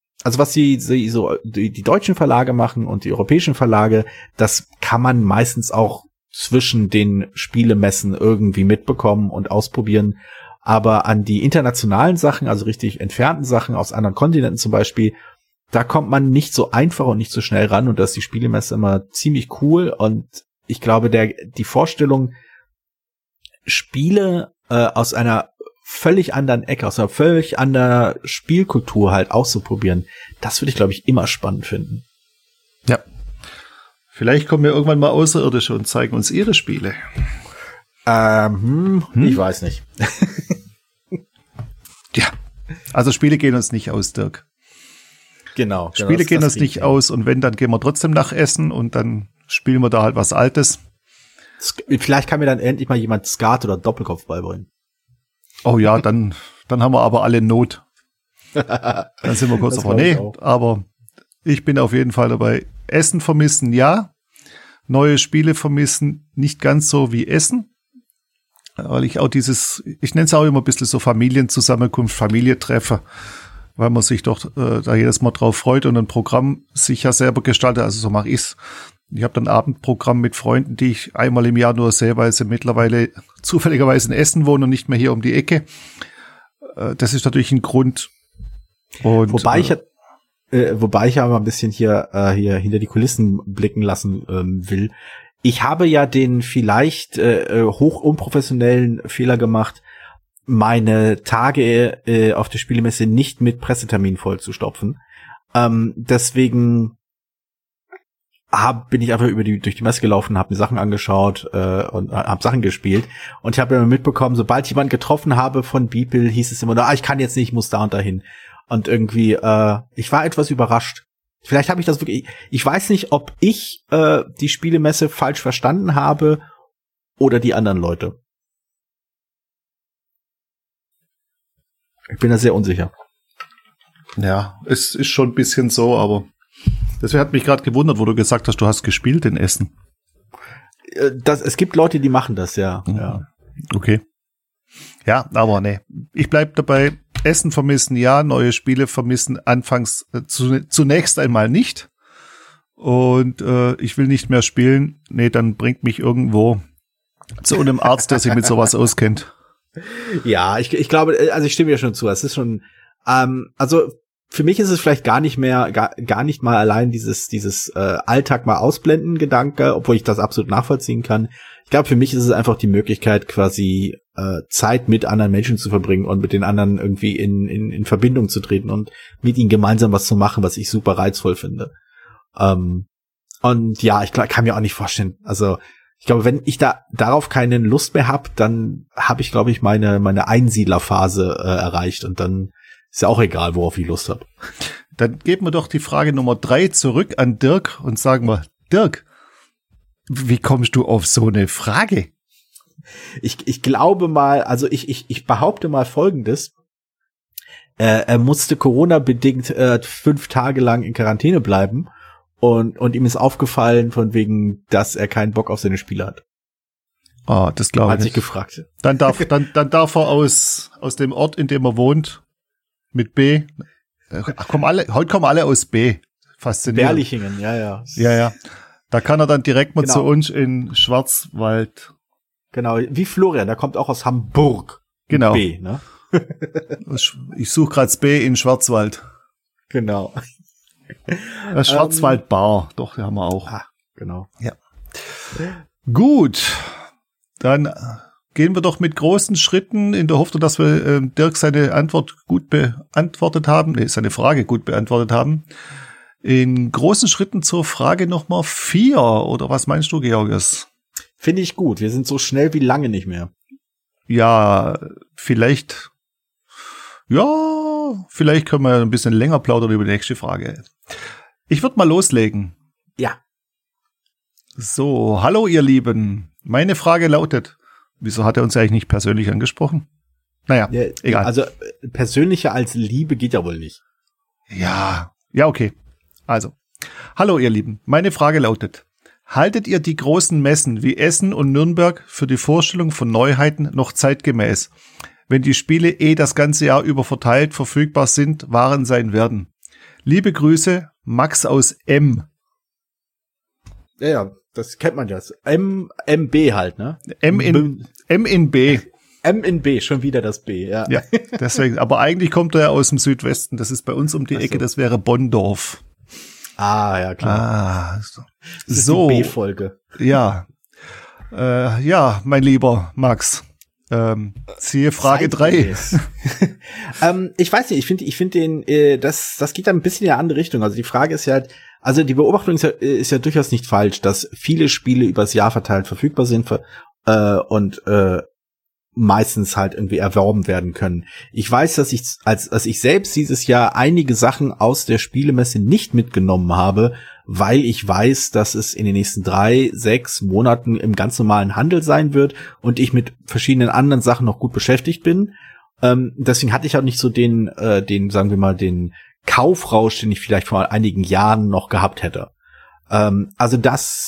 die deutschen Verlage machen und die europäischen Verlage, das kann man meistens auch zwischen den Spielemessen irgendwie mitbekommen und ausprobieren. Aber an die internationalen Sachen, also richtig entfernten Sachen aus anderen Kontinenten zum Beispiel, da kommt man nicht so einfach und nicht so schnell ran, und da ist die Spielemesse immer ziemlich cool. Und ich glaube, die Vorstellung, Spiele aus einer völlig anderen Ecke, aus einer völlig anderen Spielkultur halt auszuprobieren, das würde ich, glaube ich, immer spannend finden. Ja. Vielleicht kommen wir irgendwann mal Außerirdische und zeigen uns ihre Spiele. Ich weiß nicht. Ja, also Spiele gehen uns nicht aus, Dirk. Genau. Spiele gehen uns nicht aus, und wenn, dann gehen wir trotzdem nach Essen und dann spielen wir da halt was Altes. Vielleicht kann mir dann endlich mal jemand Skat oder Doppelkopf beibringen. Oh ja, dann haben wir aber alle Not. Dann sind wir kurz davor. Nee, aber ich bin auf jeden Fall dabei. Essen vermissen, ja. Neue Spiele vermissen, nicht ganz so wie Essen. Weil ich auch ich nenne es auch immer ein bisschen so Familienzusammenkunft, Familientreffen, weil man sich doch da jedes Mal drauf freut und ein Programm sich ja selber gestaltet. Also so mache ich's. Ich habe dann ein Abendprogramm mit Freunden, die ich einmal im Jahr nur sehe, weil sie mittlerweile zufälligerweise in Essen wohnen und nicht mehr hier um die Ecke. Das ist natürlich ein Grund. Und, wobei ich aber ein bisschen hier hinter die Kulissen blicken lassen will. Ich habe ja den vielleicht hoch unprofessionellen Fehler gemacht, meine Tage auf der Spielemesse nicht mit Pressetermin vollzustopfen. Deswegen bin ich einfach durch die Messe gelaufen, habe mir Sachen angeschaut und habe Sachen gespielt. Und ich habe immer mitbekommen, sobald ich jemanden getroffen habe von Beeple, hieß es immer, ich kann jetzt nicht, ich muss da und dahin. Und irgendwie, ich war etwas überrascht, Vielleicht habe ich das wirklich, ich weiß nicht, ob ich die Spielemesse falsch verstanden habe oder die anderen Leute. Ich bin da sehr unsicher. Ja, es ist schon ein bisschen so, aber deswegen hat mich gerade gewundert, wo du gesagt hast, du hast gespielt in Essen. Es gibt Leute, die machen das, ja. Ja. Okay. Ja, aber nee. Ich bleib dabei, Essen vermissen, ja, neue Spiele vermissen, anfangs zunächst einmal nicht. Und ich will nicht mehr spielen. Nee, dann bringt mich irgendwo zu einem Arzt, der sich mit sowas auskennt. Ja, ich glaube, also ich stimme dir schon zu. Es ist schon, also für mich ist es vielleicht gar nicht mal allein dieses Alltag mal ausblenden Gedanke, obwohl ich das absolut nachvollziehen kann. Ich glaube, für mich ist es einfach die Möglichkeit, quasi Zeit mit anderen Menschen zu verbringen und mit den anderen irgendwie in Verbindung zu treten und mit ihnen gemeinsam was zu machen, was ich super reizvoll finde. Und ja, ich kann mir auch nicht vorstellen, also ich glaube, wenn ich darauf keine Lust mehr habe, dann habe ich, glaube ich, meine Einsiedlerphase erreicht und dann ist ja auch egal, worauf ich Lust habe. Dann geben wir doch die Frage Nummer 3 zurück an Dirk und sagen wir, Dirk, wie kommst du auf so eine Frage? Ich glaube mal, also ich behaupte mal Folgendes. Er musste Corona-bedingt 5 Tage lang in Quarantäne bleiben. Und ihm ist aufgefallen von wegen, dass er keinen Bock auf seine Spiele hat. Ah, das glaube ich. Hat sich gefragt. Dann darf er aus dem Ort, in dem er wohnt, mit B. Heute kommen alle aus B. Faszinierend. Berlichingen, ja. Ja. Da kann er dann direkt mal Genau. zu uns in Schwarzwald. Genau, wie Florian, der kommt auch aus Hamburg. Genau. B, ne? Ich suche gerade das B in Schwarzwald. Genau. Das Schwarzwaldbar, doch, die haben wir auch. Ah, genau. Ja. Gut, dann gehen wir doch mit großen Schritten in der Hoffnung, dass wir Dirk seine Antwort gut beantwortet haben, seine Frage gut beantwortet haben. In großen Schritten zur Frage Nummer 4, oder was meinst du, Georgios? Finde ich gut. Wir sind so schnell wie lange nicht mehr. Ja, vielleicht können wir ein bisschen länger plaudern über die nächste Frage. Ich würde mal loslegen. Ja. So, hallo ihr Lieben. Meine Frage lautet, wieso hat er uns eigentlich nicht persönlich angesprochen? Naja, Ja, egal. Also persönlicher als Liebe geht ja wohl nicht. Ja, okay. Also, hallo ihr Lieben. Meine Frage lautet, haltet ihr die großen Messen wie Essen und Nürnberg für die Vorstellung von Neuheiten noch zeitgemäß, wenn die Spiele das ganze Jahr über verteilt verfügbar sind, waren sein werden? Liebe Grüße, Max aus M. Ja, das kennt man ja. MB halt, ne? M in B. M in B, schon wieder das B, ja. Ja, deswegen. Aber eigentlich kommt er ja aus dem Südwesten. Das ist bei uns um die Ach so. Ecke. Das wäre Bonndorf. Ah, ja, klar. Ah, Das ist so. die B-Folge. Ja. Ja, mein lieber Max. Siehe Frage 3. Ich weiß nicht, ich finde den, das geht da ein bisschen in eine andere Richtung. Also die Frage ist ja halt, also die Beobachtung ist ja durchaus nicht falsch, dass viele Spiele übers Jahr verteilt verfügbar sind und meistens halt irgendwie erworben werden können. Ich weiß, dass ich selbst dieses Jahr einige Sachen aus der Spielemesse nicht mitgenommen habe, weil ich weiß, dass es in den nächsten 3-6 Monaten im ganz normalen Handel sein wird und ich mit verschiedenen anderen Sachen noch gut beschäftigt bin. Deswegen hatte ich auch nicht so den, sagen wir mal, den Kaufrausch, den ich vielleicht vor einigen Jahren noch gehabt hätte. Also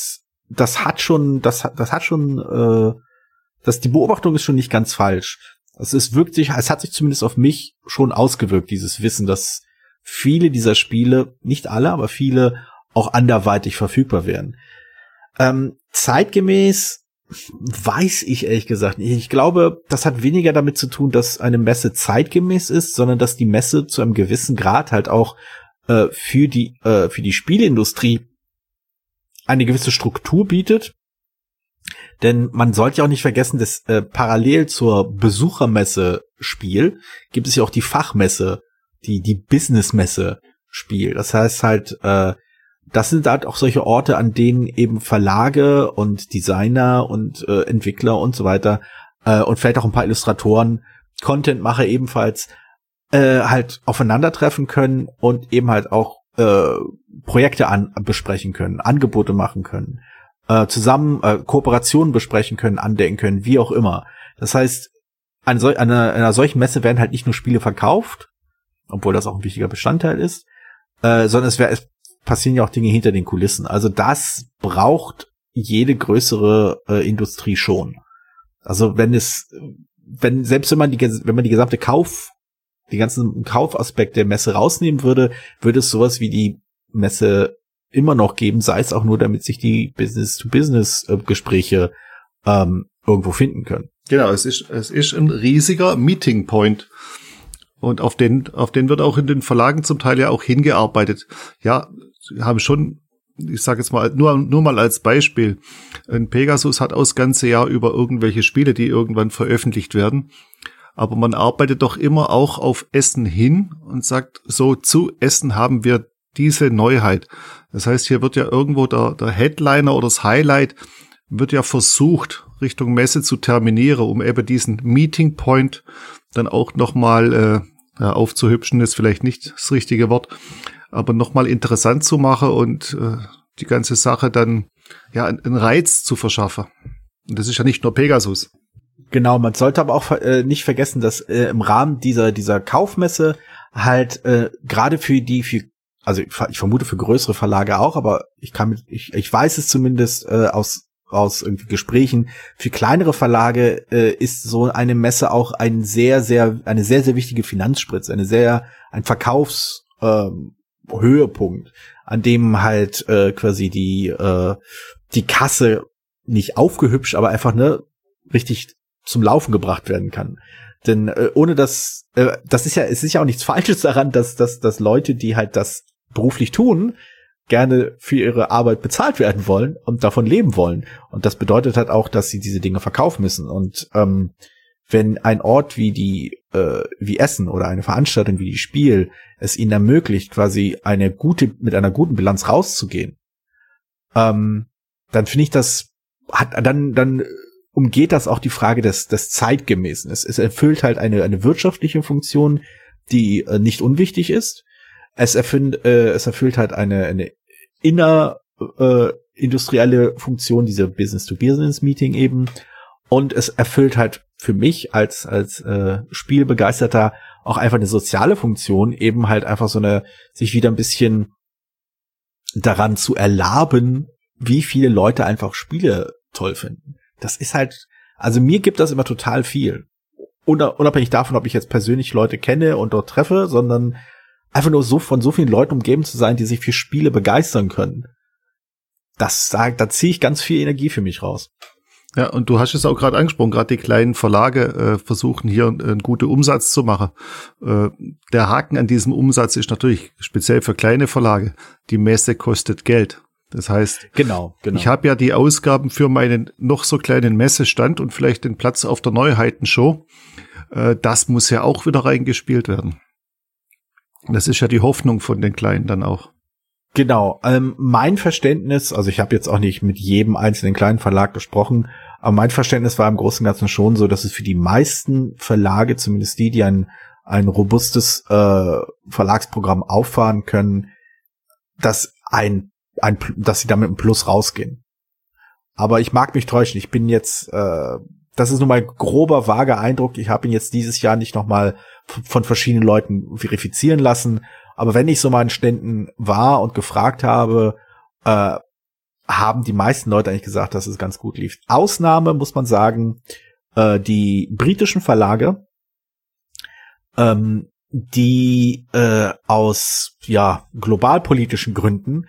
die Beobachtung ist schon nicht ganz falsch. Es hat sich zumindest auf mich schon ausgewirkt, dieses Wissen, dass viele dieser Spiele, nicht alle, aber viele auch anderweitig verfügbar werden. Zeitgemäß weiß ich ehrlich gesagt nicht. Ich glaube, das hat weniger damit zu tun, dass eine Messe zeitgemäß ist, sondern dass die Messe zu einem gewissen Grad halt auch für die Spieleindustrie eine gewisse Struktur bietet. Denn man sollte ja auch nicht vergessen, dass parallel zur Besuchermesse Spiel gibt es ja auch die Fachmesse, die Businessmesse Spiel. Das heißt halt, das sind halt auch solche Orte, an denen eben Verlage und Designer und Entwickler und so weiter und vielleicht auch ein paar Illustratoren, Contentmacher ebenfalls halt aufeinandertreffen können und eben halt auch Projekte besprechen können, Angebote machen können, zusammen Kooperationen besprechen können, andenken können, wie auch immer. Das heißt, an einer solchen Messe werden halt nicht nur Spiele verkauft, obwohl das auch ein wichtiger Bestandteil ist, sondern es passieren ja auch Dinge hinter den Kulissen. Also das braucht jede größere Industrie schon. Also wenn man die gesamte die ganzen Kaufaspekte der Messe rausnehmen würde es sowas wie die Messe immer noch geben, sei es auch nur, damit sich die Business-to-Business-Gespräche irgendwo finden können. Genau, es ist ein riesiger Meeting Point. Und auf den wird auch in den Verlagen zum Teil ja auch hingearbeitet. Ja, haben schon, ich sage jetzt mal, nur mal als Beispiel, ein Pegasus hat auch das ganze Jahr über irgendwelche Spiele, die irgendwann veröffentlicht werden. Aber man arbeitet doch immer auch auf Essen hin und sagt, so zu Essen haben wir diese Neuheit. Das heißt, hier wird ja irgendwo der Headliner oder das Highlight wird ja versucht, Richtung Messe zu terminieren, um eben diesen Meeting Point dann auch nochmal aufzuhübschen, ist vielleicht nicht das richtige Wort, aber nochmal interessant zu machen und die ganze Sache dann ja einen Reiz zu verschaffen. Und das ist ja nicht nur Pegasus. Genau, man sollte aber auch nicht vergessen, dass im Rahmen dieser Kaufmesse halt gerade also ich vermute für größere Verlage auch, aber ich weiß es zumindest aus irgendwie Gesprächen, für kleinere Verlage ist so eine Messe auch eine sehr, sehr wichtige Finanzspritze, ein Verkaufshöhepunkt, an dem halt quasi die Kasse nicht aufgehübscht, aber einfach richtig zum Laufen gebracht werden kann. Denn ohne es ist ja auch nichts Falsches daran, dass Leute, die halt das beruflich tun, gerne für ihre Arbeit bezahlt werden wollen und davon leben wollen. Und das bedeutet halt auch, dass sie diese Dinge verkaufen müssen. Und wenn ein Ort wie Essen oder eine Veranstaltung wie die Spiel es ihnen ermöglicht, quasi mit einer guten Bilanz rauszugehen, dann finde ich, dann umgeht das auch die Frage des Zeitgemäßen. Es erfüllt halt eine wirtschaftliche Funktion, die nicht unwichtig ist. Es erfüllt halt eine industrielle Funktion, diese Business-to-Business-Meeting eben. Und es erfüllt halt für mich als Spielbegeisterter auch einfach eine soziale Funktion, eben halt einfach sich wieder ein bisschen daran zu erlaben, wie viele Leute einfach Spiele toll finden. Das ist halt, also mir gibt das immer total viel. Unabhängig davon, ob ich jetzt persönlich Leute kenne und dort treffe, sondern einfach nur von so vielen Leuten umgeben zu sein, die sich für Spiele begeistern können. Da ziehe ich ganz viel Energie für mich raus. Ja, und du hast es auch gerade angesprochen, gerade die kleinen Verlage versuchen hier einen guten Umsatz zu machen. Der Haken an diesem Umsatz ist natürlich speziell für kleine Verlage, die Messe kostet Geld. Das heißt, genau. Ich habe ja die Ausgaben für meinen noch so kleinen Messestand und vielleicht den Platz auf der Neuheitenshow. Das muss ja auch wieder reingespielt werden. Das ist ja die Hoffnung von den Kleinen dann auch. Genau. Mein Verständnis, also ich habe jetzt auch nicht mit jedem einzelnen kleinen Verlag gesprochen, aber mein Verständnis war im Großen und Ganzen schon so, dass es für die meisten Verlage, zumindest die ein robustes Verlagsprogramm auffahren können, dass sie damit ein Plus rausgehen. Aber ich mag mich täuschen. Ich bin jetzt, das ist nur mein grober, vager Eindruck. Ich habe ihn jetzt dieses Jahr nicht nochmal von verschiedenen Leuten verifizieren lassen. Aber wenn ich so mal in Ständen war und gefragt habe, haben die meisten Leute eigentlich gesagt, dass es ganz gut lief. Ausnahme muss man sagen, die britischen Verlage, die aus globalpolitischen Gründen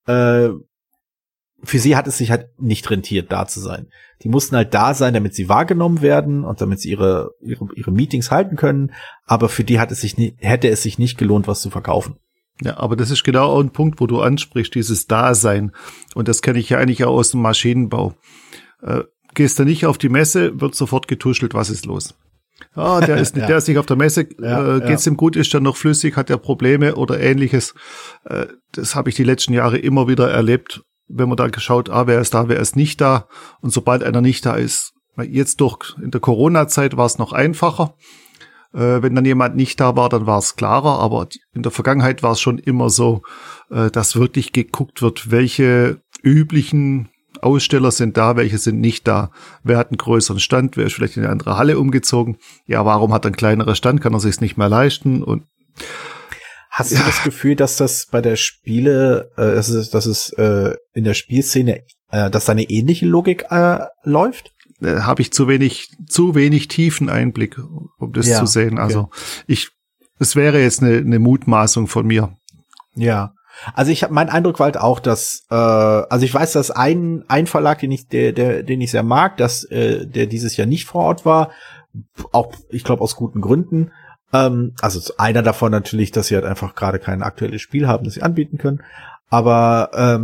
für sie hat es sich halt nicht rentiert, da zu sein. Die mussten halt da sein, damit sie wahrgenommen werden und damit sie ihre Meetings halten können. Aber für die hätte es sich nicht gelohnt, was zu verkaufen. Ja, aber das ist genau auch ein Punkt, wo du ansprichst, dieses Dasein. Und das kenne ich ja eigentlich auch aus dem Maschinenbau. Gehst du nicht auf die Messe, wird sofort getuschelt, was ist los? Der ist nicht, der ist nicht auf der Messe, geht's ihm gut, ist er noch flüssig, hat er Probleme oder ähnliches. Das habe ich die letzten Jahre immer wieder erlebt, wenn man da geschaut, wer ist da, wer ist nicht da. Und sobald einer nicht da ist, jetzt in der Corona-Zeit war es noch einfacher. Wenn dann jemand nicht da war, dann war es klarer. Aber in der Vergangenheit war es schon immer so, dass wirklich geguckt wird, welche üblichen Aussteller sind da, welche sind nicht da. Wer hat einen größeren Stand, wer ist vielleicht in eine andere Halle umgezogen. Ja, warum hat er einen kleineren Stand, kann er sich nicht mehr leisten. Und hast du das Gefühl, dass das bei der Spiele, dass es in der Spielszene, dass da eine ähnliche Logik läuft? Habe ich zu wenig tiefen Einblick, um das zu sehen. Also es wäre jetzt eine Mutmaßung von mir. Ja. Also mein Eindruck war halt auch, dass, also ich weiß, dass ein Verlag, den ich sehr mag, der dieses Jahr nicht vor Ort war, auch, ich glaube, aus guten Gründen. Also einer davon natürlich, dass sie halt einfach gerade kein aktuelles Spiel haben, das sie anbieten können. Aber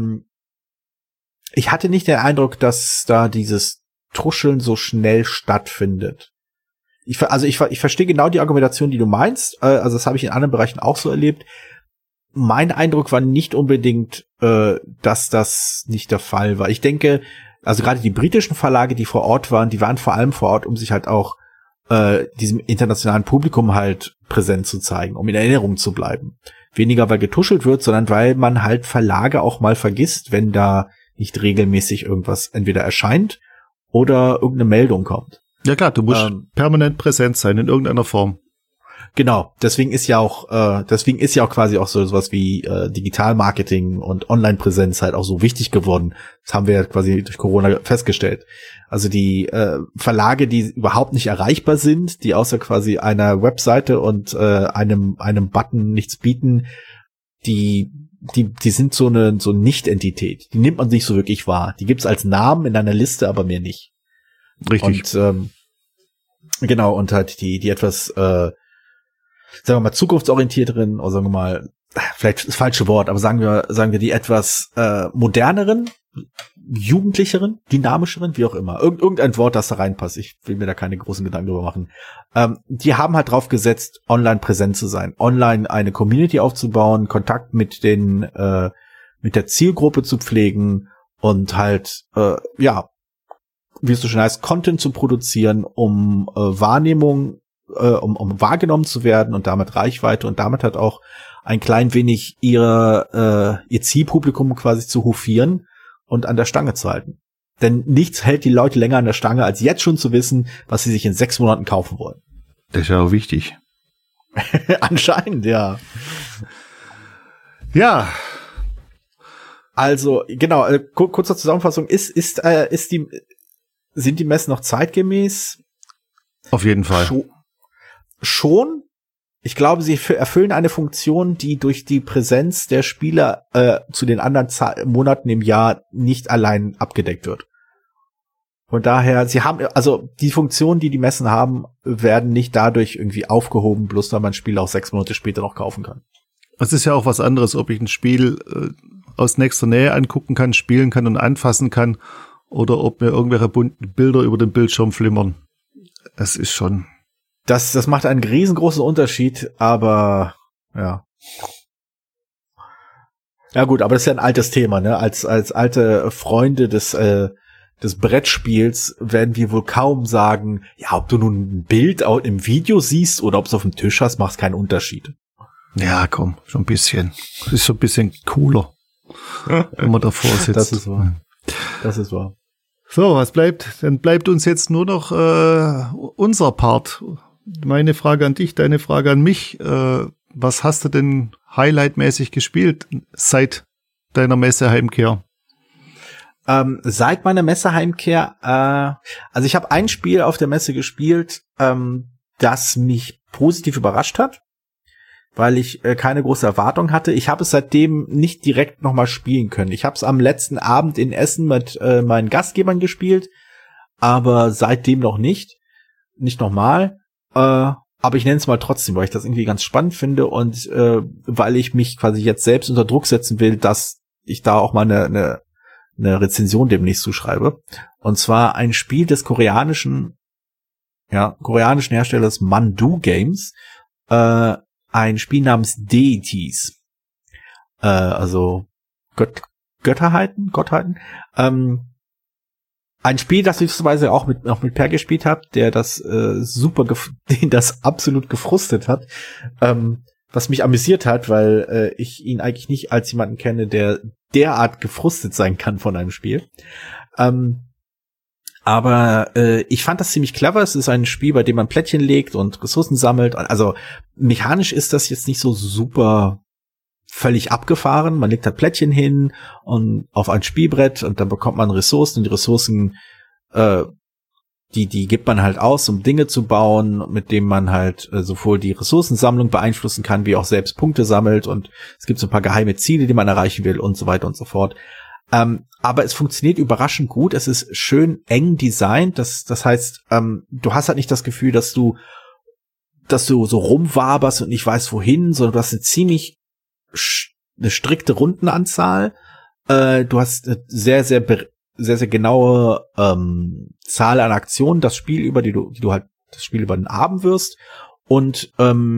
ich hatte nicht den Eindruck, dass da dieses Tuscheln so schnell stattfindet. Ich verstehe genau die Argumentation, die du meinst. Also das habe ich in anderen Bereichen auch so erlebt. Mein Eindruck war nicht unbedingt, dass das nicht der Fall war. Ich denke, also gerade die britischen Verlage, die vor Ort waren, die waren vor allem vor Ort, um sich halt auch diesem internationalen Publikum halt präsent zu zeigen, um in Erinnerung zu bleiben. Weniger, weil getuschelt wird, sondern weil man halt Verlage auch mal vergisst, wenn da nicht regelmäßig irgendwas entweder erscheint oder irgendeine Meldung kommt. Ja klar, du musst permanent präsent sein in irgendeiner Form. Genau, deswegen ist ja auch quasi auch so sowas wie Digitalmarketing und Online-Präsenz halt auch so wichtig geworden. Das haben wir ja quasi durch Corona festgestellt. Also die Verlage, die überhaupt nicht erreichbar sind, die außer quasi einer Webseite und einem Button nichts bieten, die sind so eine Nicht-Entität. Die nimmt man nicht so wirklich wahr. Die gibt's als Namen in einer Liste, aber mehr nicht. Richtig. Und genau, und halt die etwas sagen wir mal zukunftsorientierteren, oder sagen wir mal, vielleicht das falsche Wort, aber sagen wir die etwas moderneren, jugendlicheren, dynamischeren, wie auch immer. Irgendein Wort, das da reinpasst. Ich will mir da keine großen Gedanken drüber machen. Die haben halt drauf gesetzt, online präsent zu sein, online eine Community aufzubauen, Kontakt mit der Zielgruppe zu pflegen und halt, wie es so schön heißt, Content zu produzieren, um Wahrnehmung, um wahrgenommen zu werden und damit Reichweite und damit halt auch ein klein wenig ihr Zielpublikum quasi zu hofieren und an der Stange zu halten. Denn nichts hält die Leute länger an der Stange, als jetzt schon zu wissen, was sie sich in 6 Monaten kaufen wollen. Das ist ja auch wichtig. Anscheinend, ja. Ja. Also, genau, kurze Zusammenfassung. Sind die Messen noch zeitgemäß? Auf jeden Fall. Schon. Ich glaube, sie erfüllen eine Funktion, die durch die Präsenz der Spieler zu den anderen Monaten im Jahr nicht allein abgedeckt wird. Von daher, sie haben, also die Funktionen, die Messen haben, werden nicht dadurch irgendwie aufgehoben, bloß weil man ein Spiel auch 6 Monate später noch kaufen kann. Es ist ja auch was anderes, ob ich ein Spiel aus nächster Nähe angucken kann, spielen kann und anfassen kann, oder ob mir irgendwelche bunten Bilder über den Bildschirm flimmern. Es ist schon... Das macht einen riesengroßen Unterschied, aber ja. Ja gut, aber das ist ja ein altes Thema, ne? Als alte Freunde des Brettspiels werden wir wohl kaum sagen, ja, ob du nun ein Bild im Video siehst oder ob es auf dem Tisch hast, macht keinen Unterschied. Ja, komm, schon ein bisschen. Es ist schon ein bisschen cooler, wenn man davor sitzt. Das ist wahr. Das ist wahr. So, was bleibt? Dann bleibt uns jetzt nur noch unser Part. Meine Frage an dich, deine Frage an mich. Was hast du denn highlightmäßig gespielt seit deiner Messeheimkehr? Seit meiner Messeheimkehr, also ich habe ein Spiel auf der Messe gespielt, das mich positiv überrascht hat, weil ich keine große Erwartung hatte. Ich habe es seitdem nicht direkt nochmal spielen können. Ich habe es am letzten Abend in Essen mit meinen Gastgebern gespielt, aber seitdem noch nicht nochmal. Aber ich nenne es mal trotzdem, weil ich das irgendwie ganz spannend finde und weil ich mich quasi jetzt selbst unter Druck setzen will, dass ich da auch mal eine Rezension demnächst zuschreibe. Und zwar ein Spiel des koreanischen Herstellers Mandu Games, ein Spiel namens Deities, also Gottheiten. Ein Spiel, das ich beispielsweise auch mit Per gespielt habe, der das den das absolut gefrustet hat, was mich amüsiert hat, weil ich ihn eigentlich nicht als jemanden kenne, der derart gefrustet sein kann von einem Spiel. Aber ich fand das ziemlich clever. Es ist ein Spiel, bei dem man Plättchen legt und Ressourcen sammelt. Also mechanisch ist das jetzt nicht so super völlig abgefahren. Man legt halt Plättchen hin und auf ein Spielbrett und dann bekommt man Ressourcen und die Ressourcen, die gibt man halt aus, um Dinge zu bauen, mit denen man halt sowohl die Ressourcensammlung beeinflussen kann, wie auch selbst Punkte sammelt und es gibt so ein paar geheime Ziele, die man erreichen will und so weiter und so fort. Aber es funktioniert überraschend gut. Es ist schön eng designt. Das heißt, du hast halt nicht das Gefühl, dass du so rumwaberst und nicht weißt wohin, sondern du hast eine strikte Rundenanzahl. Du hast eine sehr, sehr genaue Zahl an Aktionen das Spiel über, die du halt das Spiel über den Abend wirst. Und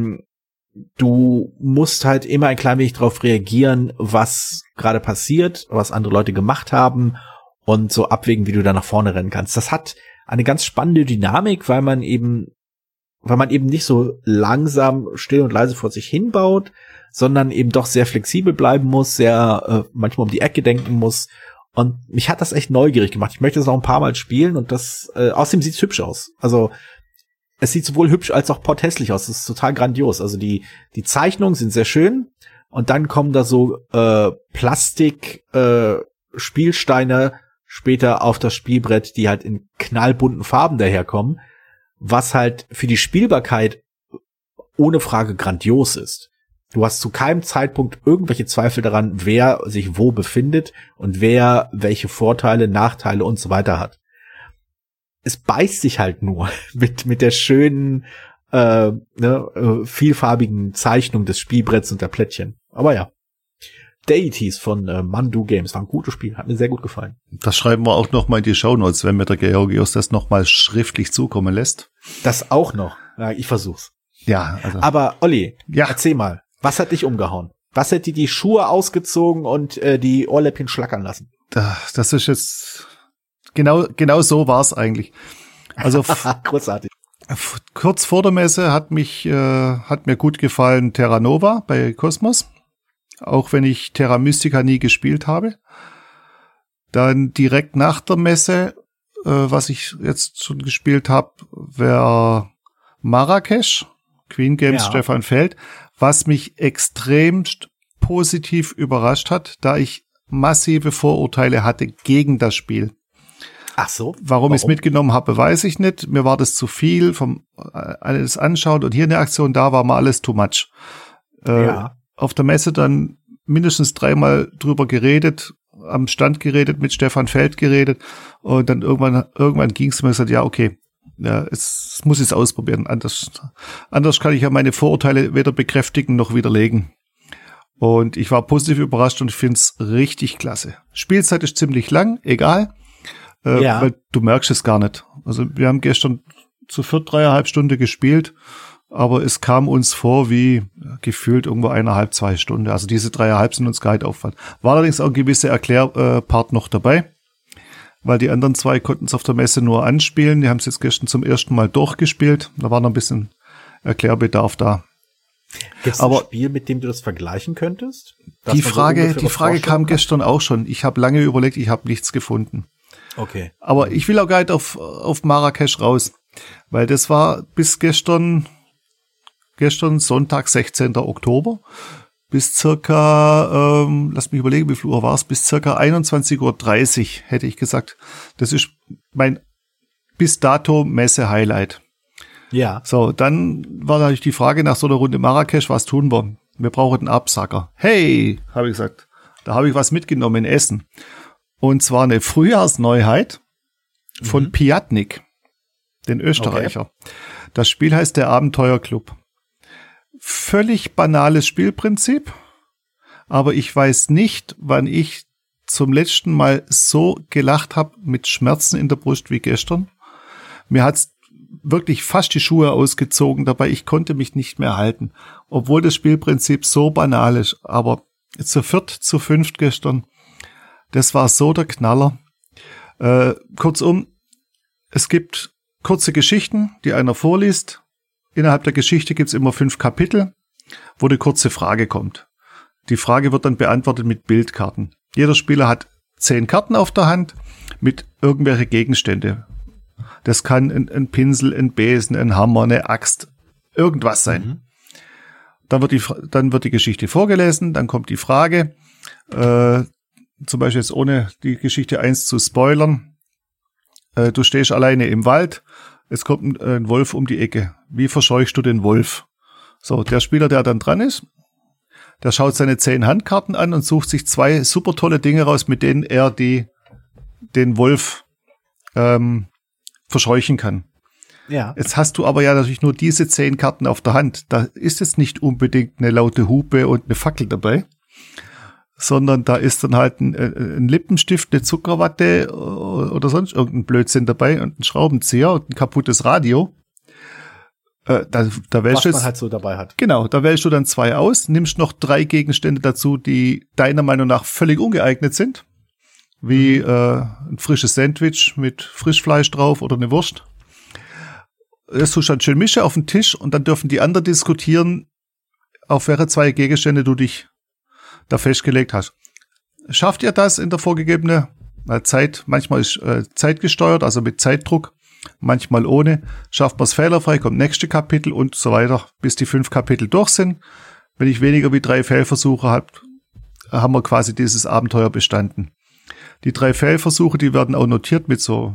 du musst halt immer ein klein wenig drauf reagieren, was gerade passiert, was andere Leute gemacht haben und so abwägen, wie du da nach vorne rennen kannst. Das hat eine ganz spannende Dynamik, weil man eben nicht so langsam, still und leise vor sich hinbaut, sondern eben doch sehr flexibel bleiben muss, sehr manchmal um die Ecke denken muss. Und mich hat das echt neugierig gemacht. Ich möchte es noch ein paar Mal spielen und außerdem sieht es hübsch aus. Also es sieht sowohl hübsch als auch potthässlich aus. Das ist total grandios. Also die Zeichnungen sind sehr schön und dann kommen da so Plastik Spielsteine später auf das Spielbrett, die halt in knallbunten Farben daherkommen, was halt für die Spielbarkeit ohne Frage grandios ist. Du hast zu keinem Zeitpunkt irgendwelche Zweifel daran, wer sich wo befindet und wer welche Vorteile, Nachteile und so weiter hat. Es beißt sich halt nur mit der schönen, vielfarbigen Zeichnung des Spielbretts und der Plättchen. Aber ja. Deities von Mandu Games war ein gutes Spiel, hat mir sehr gut gefallen. Das schreiben wir auch noch mal in die Shownotes, wenn mir der Georgios das noch mal schriftlich zukommen lässt. Das auch noch. Ja, ich versuch's. Ja, also. Aber Olli, ja. Erzähl mal, was hat dich umgehauen? Was hat dir die Schuhe ausgezogen und die Ohrläppchen schlackern lassen? Das ist jetzt genau so war's eigentlich. Also großartig. Kurz vor der Messe hat mir gut gefallen Terra Nova bei Cosmos, auch wenn ich Terra Mystica nie gespielt habe. Dann direkt nach der Messe, was ich jetzt schon gespielt habe, wäre Marrakesch, Queen Games, ja. Stefan Feld, was mich extremst positiv überrascht hat, da ich massive Vorurteile hatte gegen das Spiel. Ach so. Warum ich es mitgenommen habe, weiß ich nicht. Mir war das zu viel vom alles anschauen und hier eine Aktion, da war mal alles too much. Ja. Auf der Messe dann mindestens 3-mal drüber geredet, am Stand geredet, mit Stefan Feld geredet und dann irgendwann ging es mir gesagt, ja, okay, ja, es muss es ausprobieren. Anders kann ich ja meine Vorurteile weder bekräftigen noch widerlegen. Und ich war positiv überrascht und ich finde es richtig klasse. Spielzeit ist ziemlich lang, egal. Ja. Weil du merkst es gar nicht. Also wir haben gestern zu 3,5 Stunden gespielt, aber es kam uns vor wie gefühlt irgendwo 1,5-2 Stunden. Also diese 3,5 sind uns Guide-Aufwand. War allerdings auch ein gewisser Erklärpart noch dabei, weil die anderen 2 konnten es auf der Messe nur anspielen. Die haben es jetzt gestern zum ersten Mal durchgespielt. Da war noch ein bisschen Erklärbedarf da. Gibt es ein Spiel, mit dem du das vergleichen könntest? Die Frage kam gestern auch schon. Ich habe lange überlegt, ich habe nichts gefunden. Okay. Aber ich will auch gar nicht auf Marrakesch raus, weil das war bis gestern Sonntag, 16. Oktober, bis circa, lass mich überlegen, wie viel Uhr war es, bis circa 21:30 Uhr, hätte ich gesagt. Das ist mein bis dato Messe-Highlight. Ja. So, dann war natürlich die Frage nach so einer Runde Marrakesch, was tun wir? Wir brauchen einen Absacker. Hey, habe ich gesagt, da habe ich was mitgenommen in Essen. Und zwar eine Frühjahrsneuheit von Piatnik, den Österreicher. Okay. Das Spiel heißt der Abenteuerclub. Völlig banales Spielprinzip, aber ich weiß nicht, wann ich zum letzten Mal so gelacht habe mit Schmerzen in der Brust wie gestern. Mir hat's wirklich fast die Schuhe ausgezogen dabei. Ich konnte mich nicht mehr halten, obwohl das Spielprinzip so banal ist. Aber zu 4, zu 5 gestern, das war so der Knaller. Kurzum, es gibt kurze Geschichten, die einer vorliest. Innerhalb der Geschichte gibt's immer 5 Kapitel, wo eine kurze Frage kommt. Die Frage wird dann beantwortet mit Bildkarten. Jeder Spieler hat 10 Karten auf der Hand mit irgendwelche Gegenstände. Das kann ein Pinsel, ein Besen, ein Hammer, eine Axt, irgendwas sein. Dann wird die Geschichte vorgelesen, dann kommt die Frage, zum Beispiel jetzt ohne die Geschichte 1 zu spoilern. Du stehst alleine im Wald, es kommt ein Wolf um die Ecke. Wie verscheuchst du den Wolf? So, der Spieler, der dann dran ist, der schaut seine 10 Handkarten an und sucht sich 2 super tolle Dinge raus, mit denen er den Wolf verscheuchen kann. Ja. Jetzt hast du aber ja natürlich nur diese 10 Karten auf der Hand. Da ist jetzt nicht unbedingt eine laute Hupe und eine Fackel dabei, sondern da ist dann halt ein Lippenstift, eine Zuckerwatte oder sonst irgendein Blödsinn dabei und ein Schraubenzieher und ein kaputtes Radio. Da wählst was man halt so dabei hat. Genau, da wählst du dann 2 aus, nimmst noch 3 Gegenstände dazu, die deiner Meinung nach völlig ungeeignet sind, wie ein frisches Sandwich mit Frischfleisch drauf oder eine Wurst. Das tust du dann schön mischen auf den Tisch und dann dürfen die anderen diskutieren, auf welche 2 Gegenstände du dich da festgelegt hast. Schafft ihr das in der vorgegebenen Zeit? Manchmal ist zeitgesteuert, also mit Zeitdruck, manchmal ohne. Schafft man es fehlerfrei, kommt nächste Kapitel und so weiter, bis die 5 Kapitel durch sind. Wenn ich weniger wie 3 Fehlversuche habe, haben wir quasi dieses Abenteuer bestanden. Die 3 Fehlversuche, die werden auch notiert mit so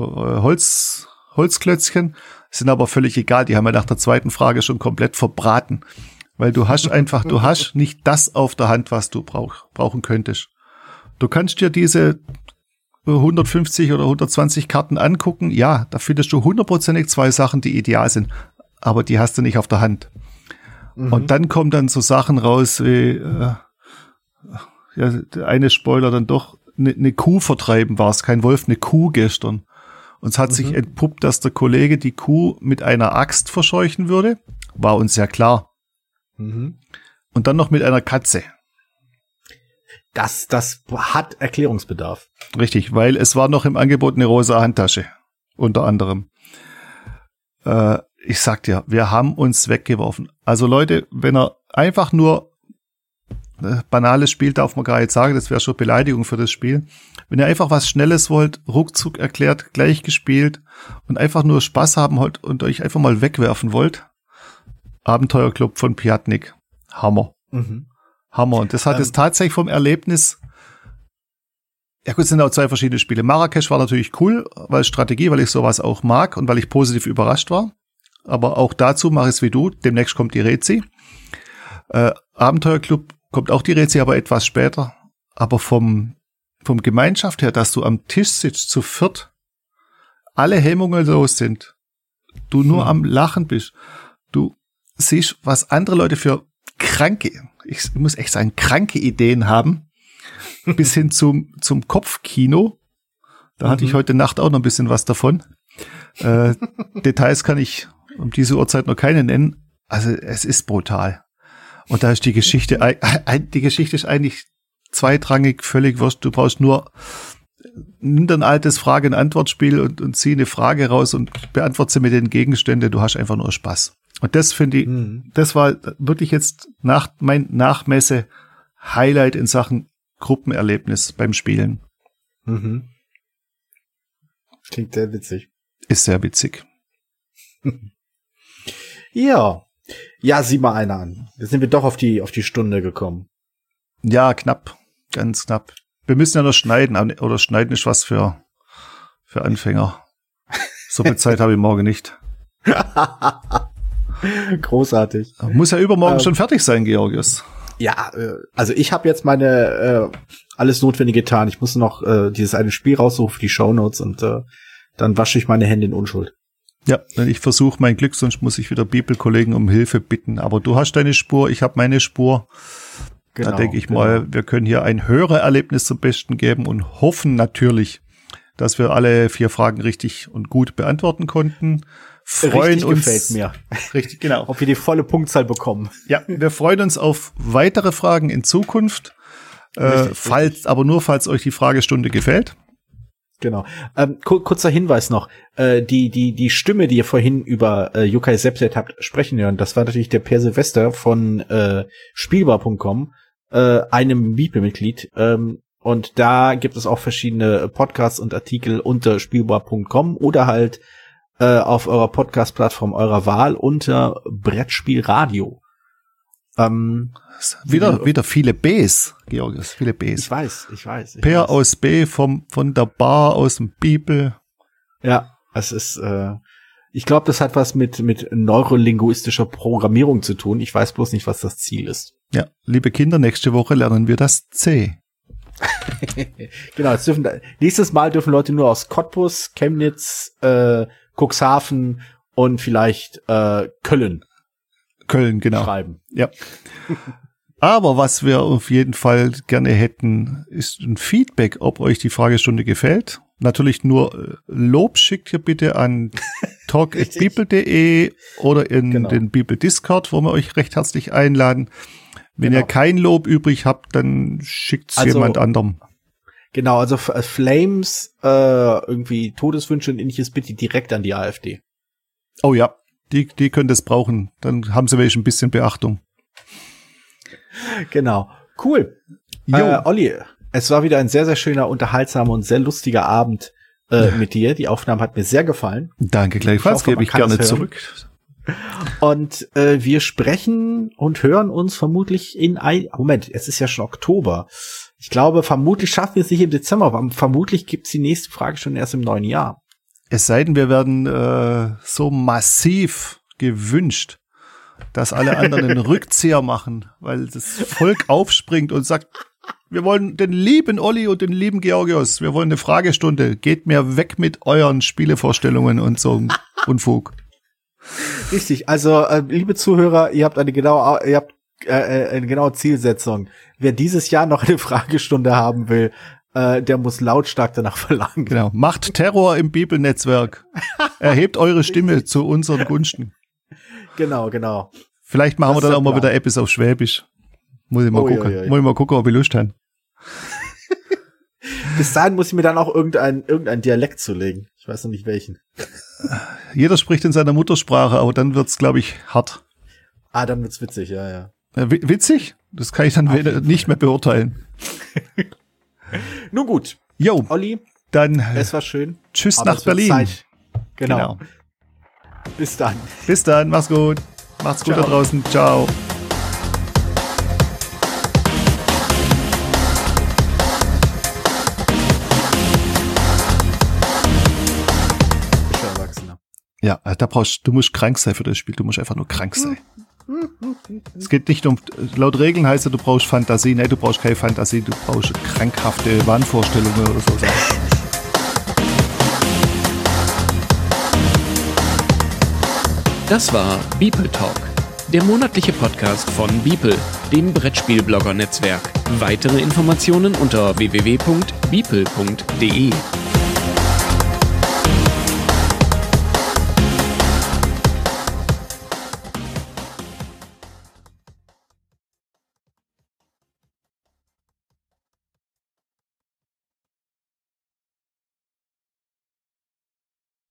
Holzklötzchen, sind aber völlig egal. Die haben wir nach der 2. Frage schon komplett verbraten. Weil du hast nicht das auf der Hand, was du brauchen könntest. Du kannst dir diese 150 oder 120 Karten angucken. Ja, da findest du 100%ig 2 Sachen, die ideal sind. Aber die hast du nicht auf der Hand. Und dann kommen dann so Sachen raus wie, der eine Spoiler dann doch, eine Kuh vertreiben war es, kein Wolf, eine Kuh gestern. Und es hat sich entpuppt, dass der Kollege die Kuh mit einer Axt verscheuchen würde. War uns ja klar. Und dann noch mit einer Katze. Das hat Erklärungsbedarf. Richtig, weil es war noch im Angebot eine rosa Handtasche. Unter anderem. Ich sag dir, wir haben uns weggeworfen. Also Leute, wenn er einfach nur banales Spiel, darf man gar nicht sagen, das wäre schon Beleidigung für das Spiel. Wenn ihr einfach was Schnelles wollt, ruckzuck erklärt, gleich gespielt und einfach nur Spaß haben wollt und euch einfach mal wegwerfen wollt, Abenteuerclub von Piatnik. Hammer. Hammer. Und das hat es tatsächlich vom Erlebnis, ja gut, es sind auch 2 verschiedene Spiele. Marrakesch war natürlich cool, weil Strategie, weil ich sowas auch mag und weil ich positiv überrascht war. Aber auch dazu mache ich es wie du. Demnächst kommt die Rezi. Abenteuerclub kommt auch die Rezi, aber etwas später. Aber vom Gemeinschaft her, dass du am Tisch sitzt, zu 4, alle Hemmungen los sind, du nur am Lachen bist, du siehst, was andere Leute für ich muss echt sagen, kranke Ideen haben, bis hin zum Kopfkino. Da hatte ich heute Nacht auch noch ein bisschen was davon. Details kann ich um diese Uhrzeit noch keine nennen. Also es ist brutal. Und da ist die Geschichte ist eigentlich zweitrangig, völlig wurscht. Du brauchst nur, nimm ein altes Frage- und Antwortspiel und zieh eine Frage raus und beantworte sie mit den Gegenständen. Du hast einfach nur Spaß. Und das finde ich, das war wirklich jetzt mein Nachmesse-Highlight in Sachen Gruppenerlebnis beim Spielen. Klingt sehr witzig. Ist sehr witzig. Ja. Ja, sieh mal einer an. Jetzt sind wir doch auf die Stunde gekommen. Ja, knapp. Ganz knapp. Wir müssen ja noch schneiden, oder schneiden ist was für Anfänger. So viel Zeit habe ich morgen nicht. Großartig. Muss ja übermorgen schon fertig sein, Georgios. Ja, also ich habe jetzt meine alles Notwendige getan. Ich muss noch dieses eine Spiel raussuchen für die Shownotes und dann wasche ich meine Hände in Unschuld. Ja, ich versuche mein Glück, sonst muss ich wieder Bibelkollegen um Hilfe bitten. Aber du hast deine Spur, ich habe meine Spur. Genau, da denke ich mal, wir können hier ein Hörererlebnis zum Besten geben und hoffen natürlich, dass wir alle 4 Fragen richtig und gut beantworten konnten. Freuen uns. Gefällt mir. Richtig, genau. Ob wir die volle Punktzahl bekommen. Ja, wir freuen uns auf weitere Fragen in Zukunft. Falls euch die Fragestunde gefällt. Genau. Kurzer Hinweis noch. Die Stimme, die ihr vorhin über Yokai Sepset habt sprechen hören, das war natürlich der Per Silvester von Spielbar.com, einem Beeple-Mitglied. Und da gibt es auch verschiedene Podcasts und Artikel unter Spielbar.com oder halt auf eurer Podcast-Plattform eurer Wahl unter Brettspielradio. Wieder viele Bs, Georgios, viele Bs. Ich weiß. Per aus B von der Bar aus dem Bibel. Ja, es ist, ich glaube, das hat was mit neurolinguistischer Programmierung zu tun. Ich weiß bloß nicht, was das Ziel ist. Ja, liebe Kinder, nächste Woche lernen wir das C. Genau, nächstes Mal dürfen Leute nur aus Cottbus, Chemnitz, Cuxhaven und vielleicht Köln, genau. Schreiben. Ja. Aber was wir auf jeden Fall gerne hätten, ist ein Feedback, ob euch die Fragestunde gefällt. Natürlich nur Lob schickt ihr bitte an talk@bibel.de oder in den Bibel Discord, wo wir euch recht herzlich einladen. Wenn ihr kein Lob übrig habt, dann schickt's jemand anderem. Genau, also Flames, irgendwie Todeswünsche und ähnliches bitte direkt an die AfD. Oh ja, die können das brauchen. Dann haben sie welche ein bisschen Beachtung. Genau. Cool. Olli, es war wieder ein sehr, sehr schöner, unterhaltsamer und sehr lustiger Abend mit dir. Die Aufnahme hat mir sehr gefallen. Danke, gleichfalls. Gebe ich gerne zurück. Und wir sprechen und hören uns vermutlich Moment, es ist ja schon Oktober. Ich glaube, vermutlich schaffen wir es nicht im Dezember, aber vermutlich gibt's die nächste Fragestunde erst im neuen Jahr. Es sei denn, wir werden so massiv gewünscht, dass alle anderen einen Rückzieher machen, weil das Volk aufspringt und sagt, wir wollen den lieben Olli und den lieben Georgios, wir wollen eine Fragestunde, geht mir weg mit euren Spielevorstellungen und so Unfug. Richtig, also liebe Zuhörer, ihr habt eine genaue Zielsetzung. Wer dieses Jahr noch eine Fragestunde haben will, der muss lautstark danach verlangen. Genau, macht Terror im Bibelnetzwerk. Erhebt eure Stimme zu unseren Gunsten. Genau. Vielleicht machen wir dann auch mal wieder Apps auf Schwäbisch. Muss ich mal gucken. Muss ich mal gucken, ob ich Lust habe. Bis dahin muss ich mir dann auch irgendein Dialekt zulegen. Ich weiß noch nicht welchen. Jeder spricht in seiner Muttersprache, aber dann wird's, glaube ich, hart. Dann wird's witzig, ja. Witzig? Das kann ich dann nicht mehr beurteilen. Nun gut. Jo, Olli, dann es war schön. Tschüss nach Berlin. Zeit. Genau. Bis dann. Mach's gut. Macht's gut da draußen. Ciao. Ja, du musst krank sein für das Spiel. Du musst einfach nur krank sein. Es geht nicht laut Regeln heißt es, du brauchst Fantasie. Nein, du brauchst keine Fantasie. Du brauchst krankhafte Wahnvorstellungen oder so. Das war Beeple Talk, der monatliche Podcast von Beeple, dem Brettspielblogger-Netzwerk. Weitere Informationen unter www.beeple.de.